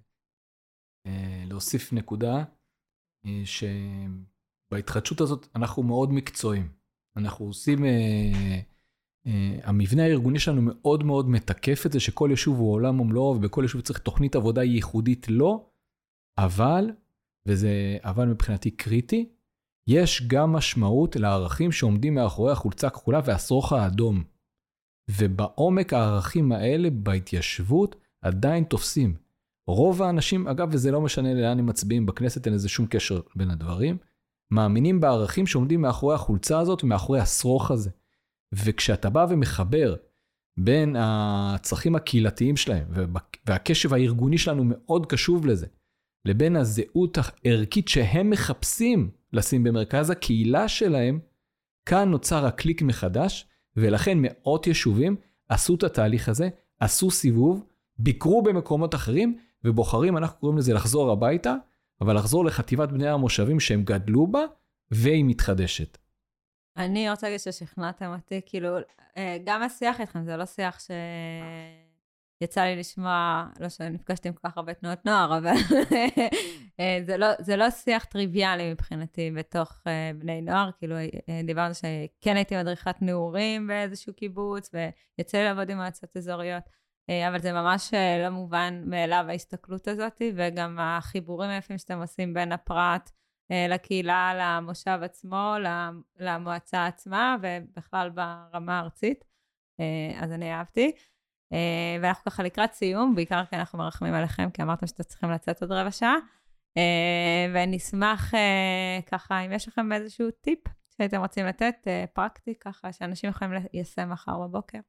להוסיף נקודה, שבהתחדשות הזאת אנחנו מאוד מקצועיים. אנחנו עושים... Uh, המבנה הארגוני שלנו מאוד מאוד מתקף את זה, שכל יישוב הוא עולם ומלואו, ובכל יישוב צריך תוכנית עבודה ייחודית לא, אבל, וזה אבל מבחינתי קריטי, יש גם משמעות לערכים שעומדים מאחורי החולצה הכחולה והשרוך האדום. ובעומק הערכים האלה בהתיישבות עדיין תופסים. רוב האנשים, אגב, וזה לא משנה לאן הם מצביעים בכנסת, אין איזה שום קשר בין הדברים, מאמינים בערכים שעומדים מאחורי החולצה הזאת ומאחורי השרוך הזה. וכשאתה בא ומחבר בין הצרכים הקהילתיים שלהם, והקשב הארגוני שלנו מאוד קשוב לזה, לבין הזהות הערכית שהם מחפשים לשים במרכז הקהילה שלהם, כאן נוצר הקליק מחדש, ולכן מאות יישובים עשו את התהליך הזה, עשו סיבוב, ביקרו במקומות אחרים, ובוחרים, אנחנו קוראים לזה לחזור הביתה, אבל לחזור לחטיבת בני המושבים שהם גדלו בה, והיא מתחדשת. אני רוצה להגיד ששכנעתם אותי, כאילו, גם השיח איתכם, זה לא שיח שיצא לי לשמוע, לא שנפגשתי עם כל כך הרבה תנועות נוער, אבל זה, לא, זה לא שיח טריוויאלי מבחינתי בתוך בני נוער, כאילו דיברנו שכן הייתי מדריכת נעורים באיזשהו קיבוץ, ויצא לי לעבוד עם מועצות אזוריות, אבל זה ממש לא מובן מאליו ההסתכלות הזאת, וגם החיבורים היפים שאתם עושים בין הפרט, לקהילה, למושב עצמו, למועצה עצמה, ובכלל ברמה הארצית. אז אני אהבתי. ואנחנו ככה לקראת סיום, בעיקר כי אנחנו מרחמים עליכם, כי אמרתם שאתם צריכים לצאת עוד רבע שעה. ונשמח ככה, אם יש לכם איזשהו טיפ שהייתם רוצים לתת, פרקטי ככה, שאנשים יכולים ליישם מחר בבוקר.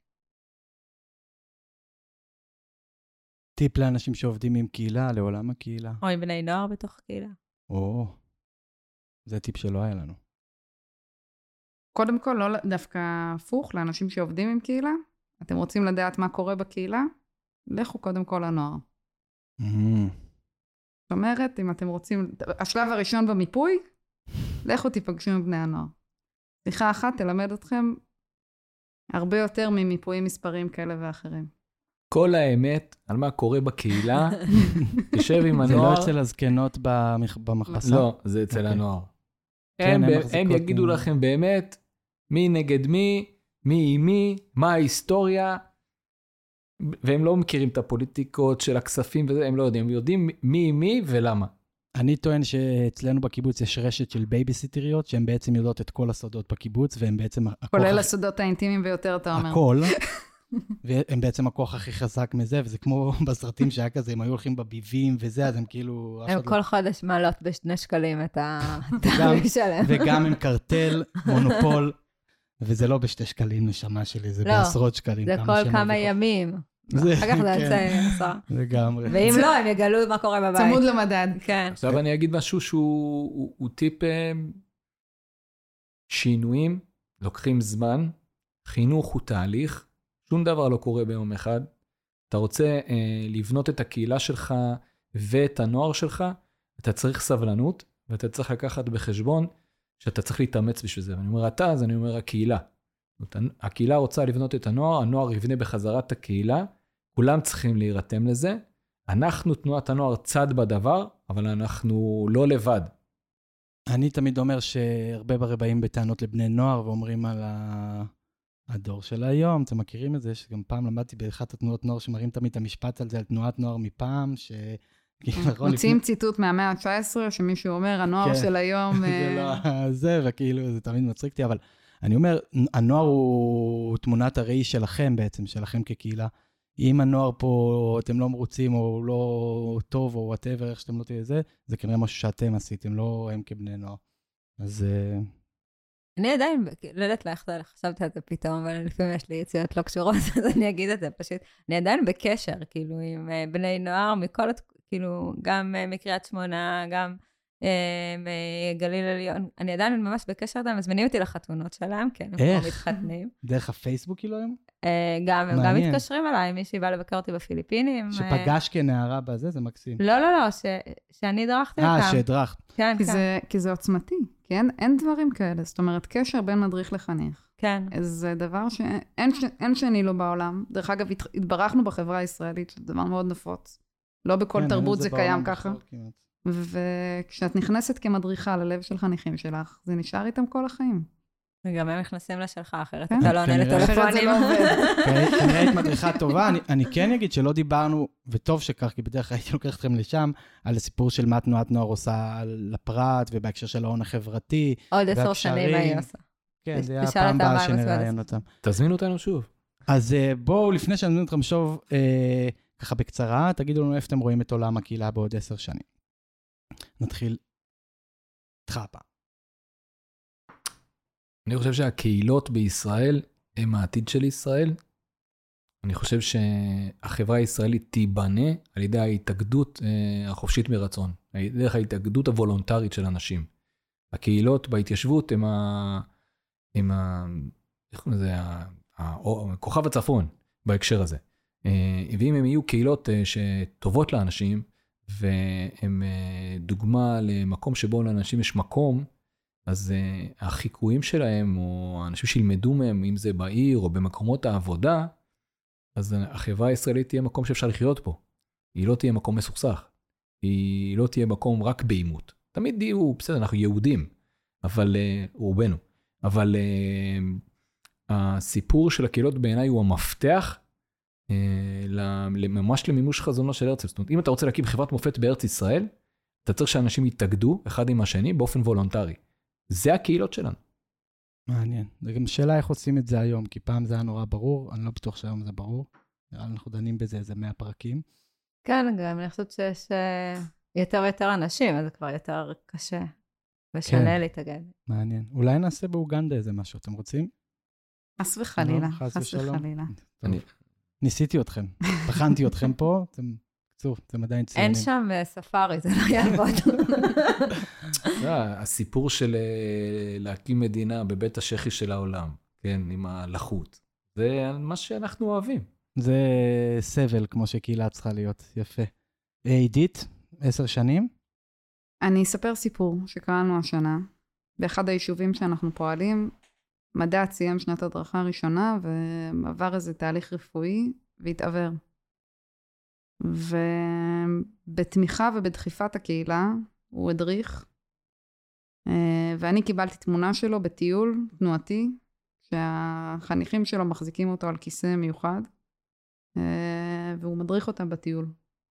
טיפ לאנשים שעובדים עם קהילה, לעולם הקהילה. או עם בני נוער בתוך קהילה. או, זה טיפ שלא היה לנו. קודם כל, לא דווקא הפוך, לאנשים שעובדים עם קהילה, אתם רוצים לדעת מה קורה בקהילה? לכו קודם כל לנוער. זאת אומרת, אם אתם רוצים, השלב הראשון במיפוי, לכו תיפגשו עם בני הנוער. שיחה אחת תלמד אתכם הרבה יותר ממיפויים מספרים כאלה ואחרים. כל האמת על מה קורה בקהילה, תשב עם זה לא הנוער. אצל הזקנות במחפשה? לא, זה אצל הנוער. כן, הם הם ב- מחזיקות הם יגידו עם- לכם באמת מי נגד מי, מי עם מי, מה ההיסטוריה, והם לא מכירים את הפוליטיקות של הכספים וזה, הם לא יודעים, הם יודעים מי עם מי ולמה. אני טוען שאצלנו בקיבוץ יש רשת של בייביסיטריות, שהן בעצם יודעות את כל הסודות בקיבוץ, והן בעצם הכוח... כולל הכי- הסודות האינטימיים ביותר, אתה אומר. הכל. והם בעצם הכוח הכי חזק מזה, וזה כמו בסרטים שהיה כזה, הם היו הולכים בביבים וזה, אז הם כאילו... אף הם אחד לא- כל חודש מעלות בשני שקלים את וגם- התאריך שלהם. וגם הם קרטל, מונופול, וזה לא בשתי שקלים נשמה שלי, זה לא, בעשרות שקלים. זה כמה כל שהם כמה מרוויחות. ימים. זה- אחר כך זה כן. יוצא עשרה. לגמרי. ואם לא, הם יגלו מה קורה בבית. צמוד למדד. כן. עכשיו אני אגיד משהו שהוא הוא, הוא טיפ אה, שינויים, לוקחים זמן, חינוך הוא תהליך, שום דבר לא קורה ביום אחד. אתה רוצה אה, לבנות את הקהילה שלך ואת הנוער שלך, אתה צריך סבלנות, ואתה צריך לקחת בחשבון שאתה צריך להתאמץ בשביל זה. ואני אומר אתה, אז אני אומר הקהילה. זאת אומרת, הקהילה רוצה לבנות את הנוער, הנוער יבנה בחזרת הקהילה, כולם צריכים להירתם לזה. אנחנו, תנועת הנוער, צד בדבר, אבל אנחנו לא לבד. אני תמיד אומר שהרבה ברי באים בטענות לבני נוער, ואומרים על ה... הדור של היום, אתם מכירים את זה, שגם פעם למדתי באחת התנועות נוער, שמראים תמיד את המשפט על זה, על תנועת נוער מפעם, ש... מוצאים ציטוט מהמאה ה-תשע עשרה, שמישהו אומר, הנוער כן. של היום... זה לא זה, וכאילו, זה תמיד מצחיק אותי, אבל אני אומר, הנוער הוא תמונת הראי שלכם בעצם, שלכם כקהילה. אם הנוער פה, אתם לא מרוצים, או לא טוב, או whatever, איך שאתם לא תהיה זה, זה כנראה משהו שאתם עשיתם, לא הם כבני נוער. אז... אני עדיין, לא יודעת לך, חשבתי על זה פתאום, אבל לפעמים יש לי יציאות לא קשורות, אז אני אגיד את זה פשוט. אני עדיין בקשר, כאילו, עם בני נוער, מכל, כאילו, גם מקריית שמונה, גם גליל עליון. אני עדיין ממש בקשר איתם, מזמינים אותי לחתונות שלהם, כן, הם כבר מתחתנים. דרך הפייסבוק כאילו היום? גם, הם גם מתקשרים אליי, מישהי בא לבקר אותי בפיליפינים. שפגש כנערה בזה, זה מקסים. לא, לא, לא, שאני הדרכתי אותם. אה, שהדרכת. כן, כן. כי זה עוצמתי, כן? אין דברים כאלה. זאת אומרת, קשר בין מדריך לחניך. כן. זה דבר שאין שני לו בעולם. דרך אגב, התברכנו בחברה הישראלית, שזה דבר מאוד נפוץ. לא בכל תרבות זה קיים ככה. וכשאת נכנסת כמדריכה ללב של חניכים שלך, זה נשאר איתם כל החיים. וגם הם נכנסים לשלך, אחרת אתה לא עונה לטלפונים. אחרת זה לא עובד. כנראה היית מדריכה טובה. אני כן אגיד שלא דיברנו, וטוב שכך, כי בדרך כלל הייתי לוקח אתכם לשם, על הסיפור של מה תנועת נוער עושה לפרט, ובהקשר של ההון החברתי. עוד עשר שנים מה היא עושה. כן, זה היה הפעם הבאה שנראיין אותם. תזמינו אותנו שוב. אז בואו, לפני שאני מזמין אתכם שוב, ככה בקצרה, תגידו לנו איפה אתם רואים את עולם הקהילה בעוד עשר שנים. נתחיל איתך הפעם. אני חושב שהקהילות בישראל הם העתיד של ישראל. אני חושב שהחברה הישראלית תיבנה על ידי ההתאגדות החופשית מרצון, דרך ההתאגדות הוולונטרית של אנשים. הקהילות בהתיישבות הם ה... הם ה... איך קוראים לזה? כוכב הצפון בהקשר הזה. ואם הם יהיו קהילות שטובות לאנשים, והם דוגמה למקום שבו לאנשים יש מקום, אז uh, החיקויים שלהם, או האנשים שילמדו מהם, אם זה בעיר או במקומות העבודה, אז החברה הישראלית תהיה מקום שאפשר לחיות פה. היא לא תהיה מקום מסוכסך. היא לא תהיה מקום רק באימות. תמיד יהיו, בסדר, אנחנו יהודים, אבל, uh, רובנו. אבל uh, הסיפור של הקהילות בעיניי הוא המפתח, uh, ממש למימוש חזונו של הרצל. זאת אומרת, אם אתה רוצה להקים חברת מופת בארץ ישראל, אתה צריך שאנשים יתאגדו אחד עם השני באופן וולונטרי. זה הקהילות שלנו. מעניין. זה גם שאלה איך עושים את זה היום, כי פעם זה היה נורא ברור, אני לא בטוח שהיום זה ברור. אנחנו דנים בזה איזה מאה פרקים. כן, גם אני חושבת שיש יותר ויותר אנשים, אז זה כבר יותר קשה ושנה להתאגד. מעניין. אולי נעשה באוגנדה איזה משהו, אתם רוצים? חס וחלילה, חס וחלילה. ניסיתי אתכם, בחנתי אתכם פה, אתם... אתם עדיין ציונים. אין שם ספארי, זה לא יעבוד. הסיפור של להקים מדינה בבית השכי של העולם, כן, עם הלחות, זה מה שאנחנו אוהבים. זה סבל, כמו שקהילה צריכה להיות, יפה. עידית, עשר שנים? אני אספר סיפור שקראנו השנה. באחד היישובים שאנחנו פועלים, מדע סיים שנת הדרכה ראשונה, ועבר איזה תהליך רפואי, והתעבר. ובתמיכה ובדחיפת הקהילה, הוא הדריך, ואני קיבלתי תמונה שלו בטיול תנועתי, שהחניכים שלו מחזיקים אותו על כיסא מיוחד, והוא מדריך אותם בטיול.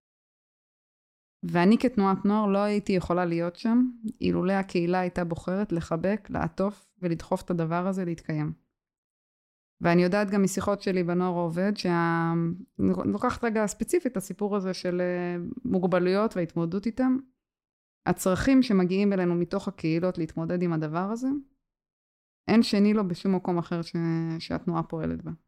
ואני כתנועת נוער לא הייתי יכולה להיות שם, אילולא הקהילה הייתה בוחרת לחבק, לעטוף ולדחוף את הדבר הזה להתקיים. ואני יודעת גם משיחות שלי בנוער העובד, שאני לוקחת רגע ספציפית הסיפור הזה של מוגבלויות וההתמודדות איתם, הצרכים שמגיעים אלינו מתוך הקהילות להתמודד עם הדבר הזה, אין שני לו בשום מקום אחר ש... שהתנועה פועלת בה.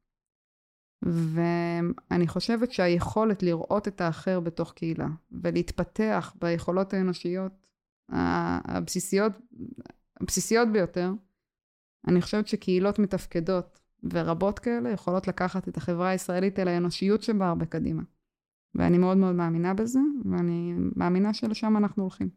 ואני חושבת שהיכולת לראות את האחר בתוך קהילה, ולהתפתח ביכולות האנושיות הבסיסיות, הבסיסיות ביותר, אני חושבת שקהילות מתפקדות ורבות כאלה יכולות לקחת את החברה הישראלית אל האנושיות שבה הרבה קדימה. ואני מאוד מאוד מאמינה בזה, ואני מאמינה שלשם אנחנו הולכים.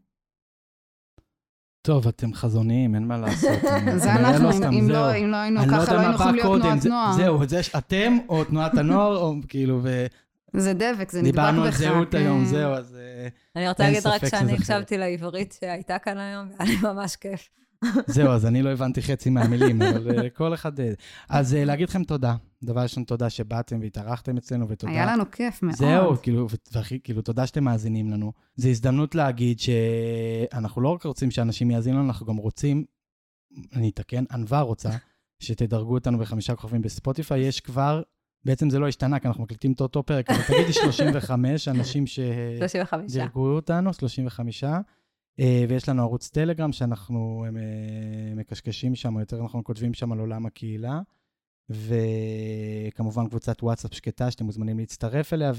טוב, אתם חזוניים, אין מה לעשות. זה אנחנו, אם לא, אם לא היינו ככה, לא היינו יכולים להיות תנועת נוער. זהו, אתם או תנועת הנוער, או כאילו, ו... זה דבק, זה נדבק בך. דיברנו על זהות היום, זהו, אז... אני רוצה להגיד רק שאני הקשבתי לעברית שהייתה כאן היום, והיה לי ממש כיף. זהו, אז אני לא הבנתי חצי מהמילים, אבל כל אחד... אז להגיד לכם תודה. דבר ראשון, תודה שבאתם והתארחתם אצלנו, ותודה... היה לנו כיף מאוד. זהו, כאילו, וכאילו, תודה שאתם מאזינים לנו. זו הזדמנות להגיד שאנחנו לא רק רוצים שאנשים יאזינו לנו, אנחנו גם רוצים, אני אתקן, ענווה רוצה, שתדרגו אותנו בחמישה כוכבים בספוטיפיי. יש כבר, בעצם זה לא השתנה, כי אנחנו מקליטים את אותו פרק, אבל תגידי שלושים וחמש אנשים שדרגו אותנו, שלושים וחמישה. ויש לנו ערוץ טלגרם שאנחנו מקשקשים שם, או יותר אנחנו כותבים שם על עולם הקהילה, וכמובן קבוצת וואטסאפ שקטה שאתם מוזמנים להצטרף אליה,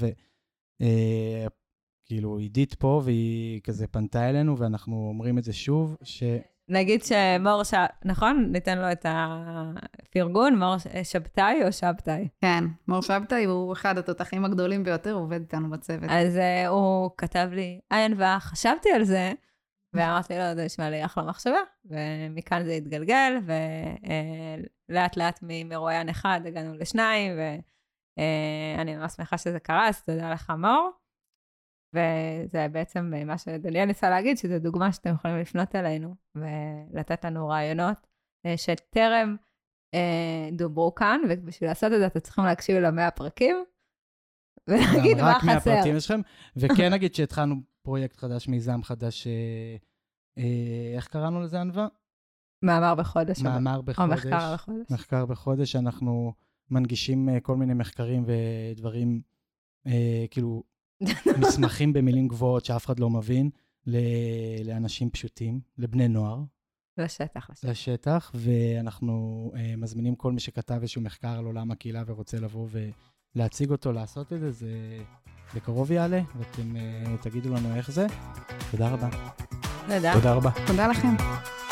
וכאילו עידית פה, והיא כזה פנתה אלינו, ואנחנו אומרים את זה שוב, ש... נגיד שמור, ש... נכון? ניתן לו את הפרגון, מור שבתאי או שבתאי? כן, מור שבתאי הוא אחד התותחים הגדולים ביותר, הוא עובד איתנו בצוות. אז uh, הוא כתב לי, עין וחשבתי על זה, ואמרתי לו, זה נשמע לי אחלה מחשבה, ומכאן זה התגלגל, ולאט לאט ממרואיין אחד הגענו לשניים, ואני ממש שמחה שזה קרה, אז תודה לך מור. וזה בעצם מה שדניאל ניסה להגיד, שזו דוגמה שאתם יכולים לפנות אלינו, ולתת לנו רעיונות שטרם דוברו כאן, ובשביל לעשות את זה אתם צריכים להקשיב למאה פרקים, ולהגיד מה חסר. רק מהפרטים שלכם, וכן נגיד שהתחלנו פרויקט חדש, מיזם חדש, איך קראנו לזה ענווה? מאמר בחודש. מאמר בחודש. או מחקר בחודש. מחקר בחודש, אנחנו מנגישים כל מיני מחקרים ודברים, כאילו, מסמכים במילים גבוהות שאף אחד לא מבין, לאנשים פשוטים, לבני נוער. לשטח. לשטח, ואנחנו מזמינים כל מי שכתב איזשהו מחקר על עולם הקהילה ורוצה לבוא ולהציג אותו, לעשות את זה, זה בקרוב יעלה, ואתם תגידו לנו איך זה. תודה רבה. תודה. תודה רבה. תודה לכם.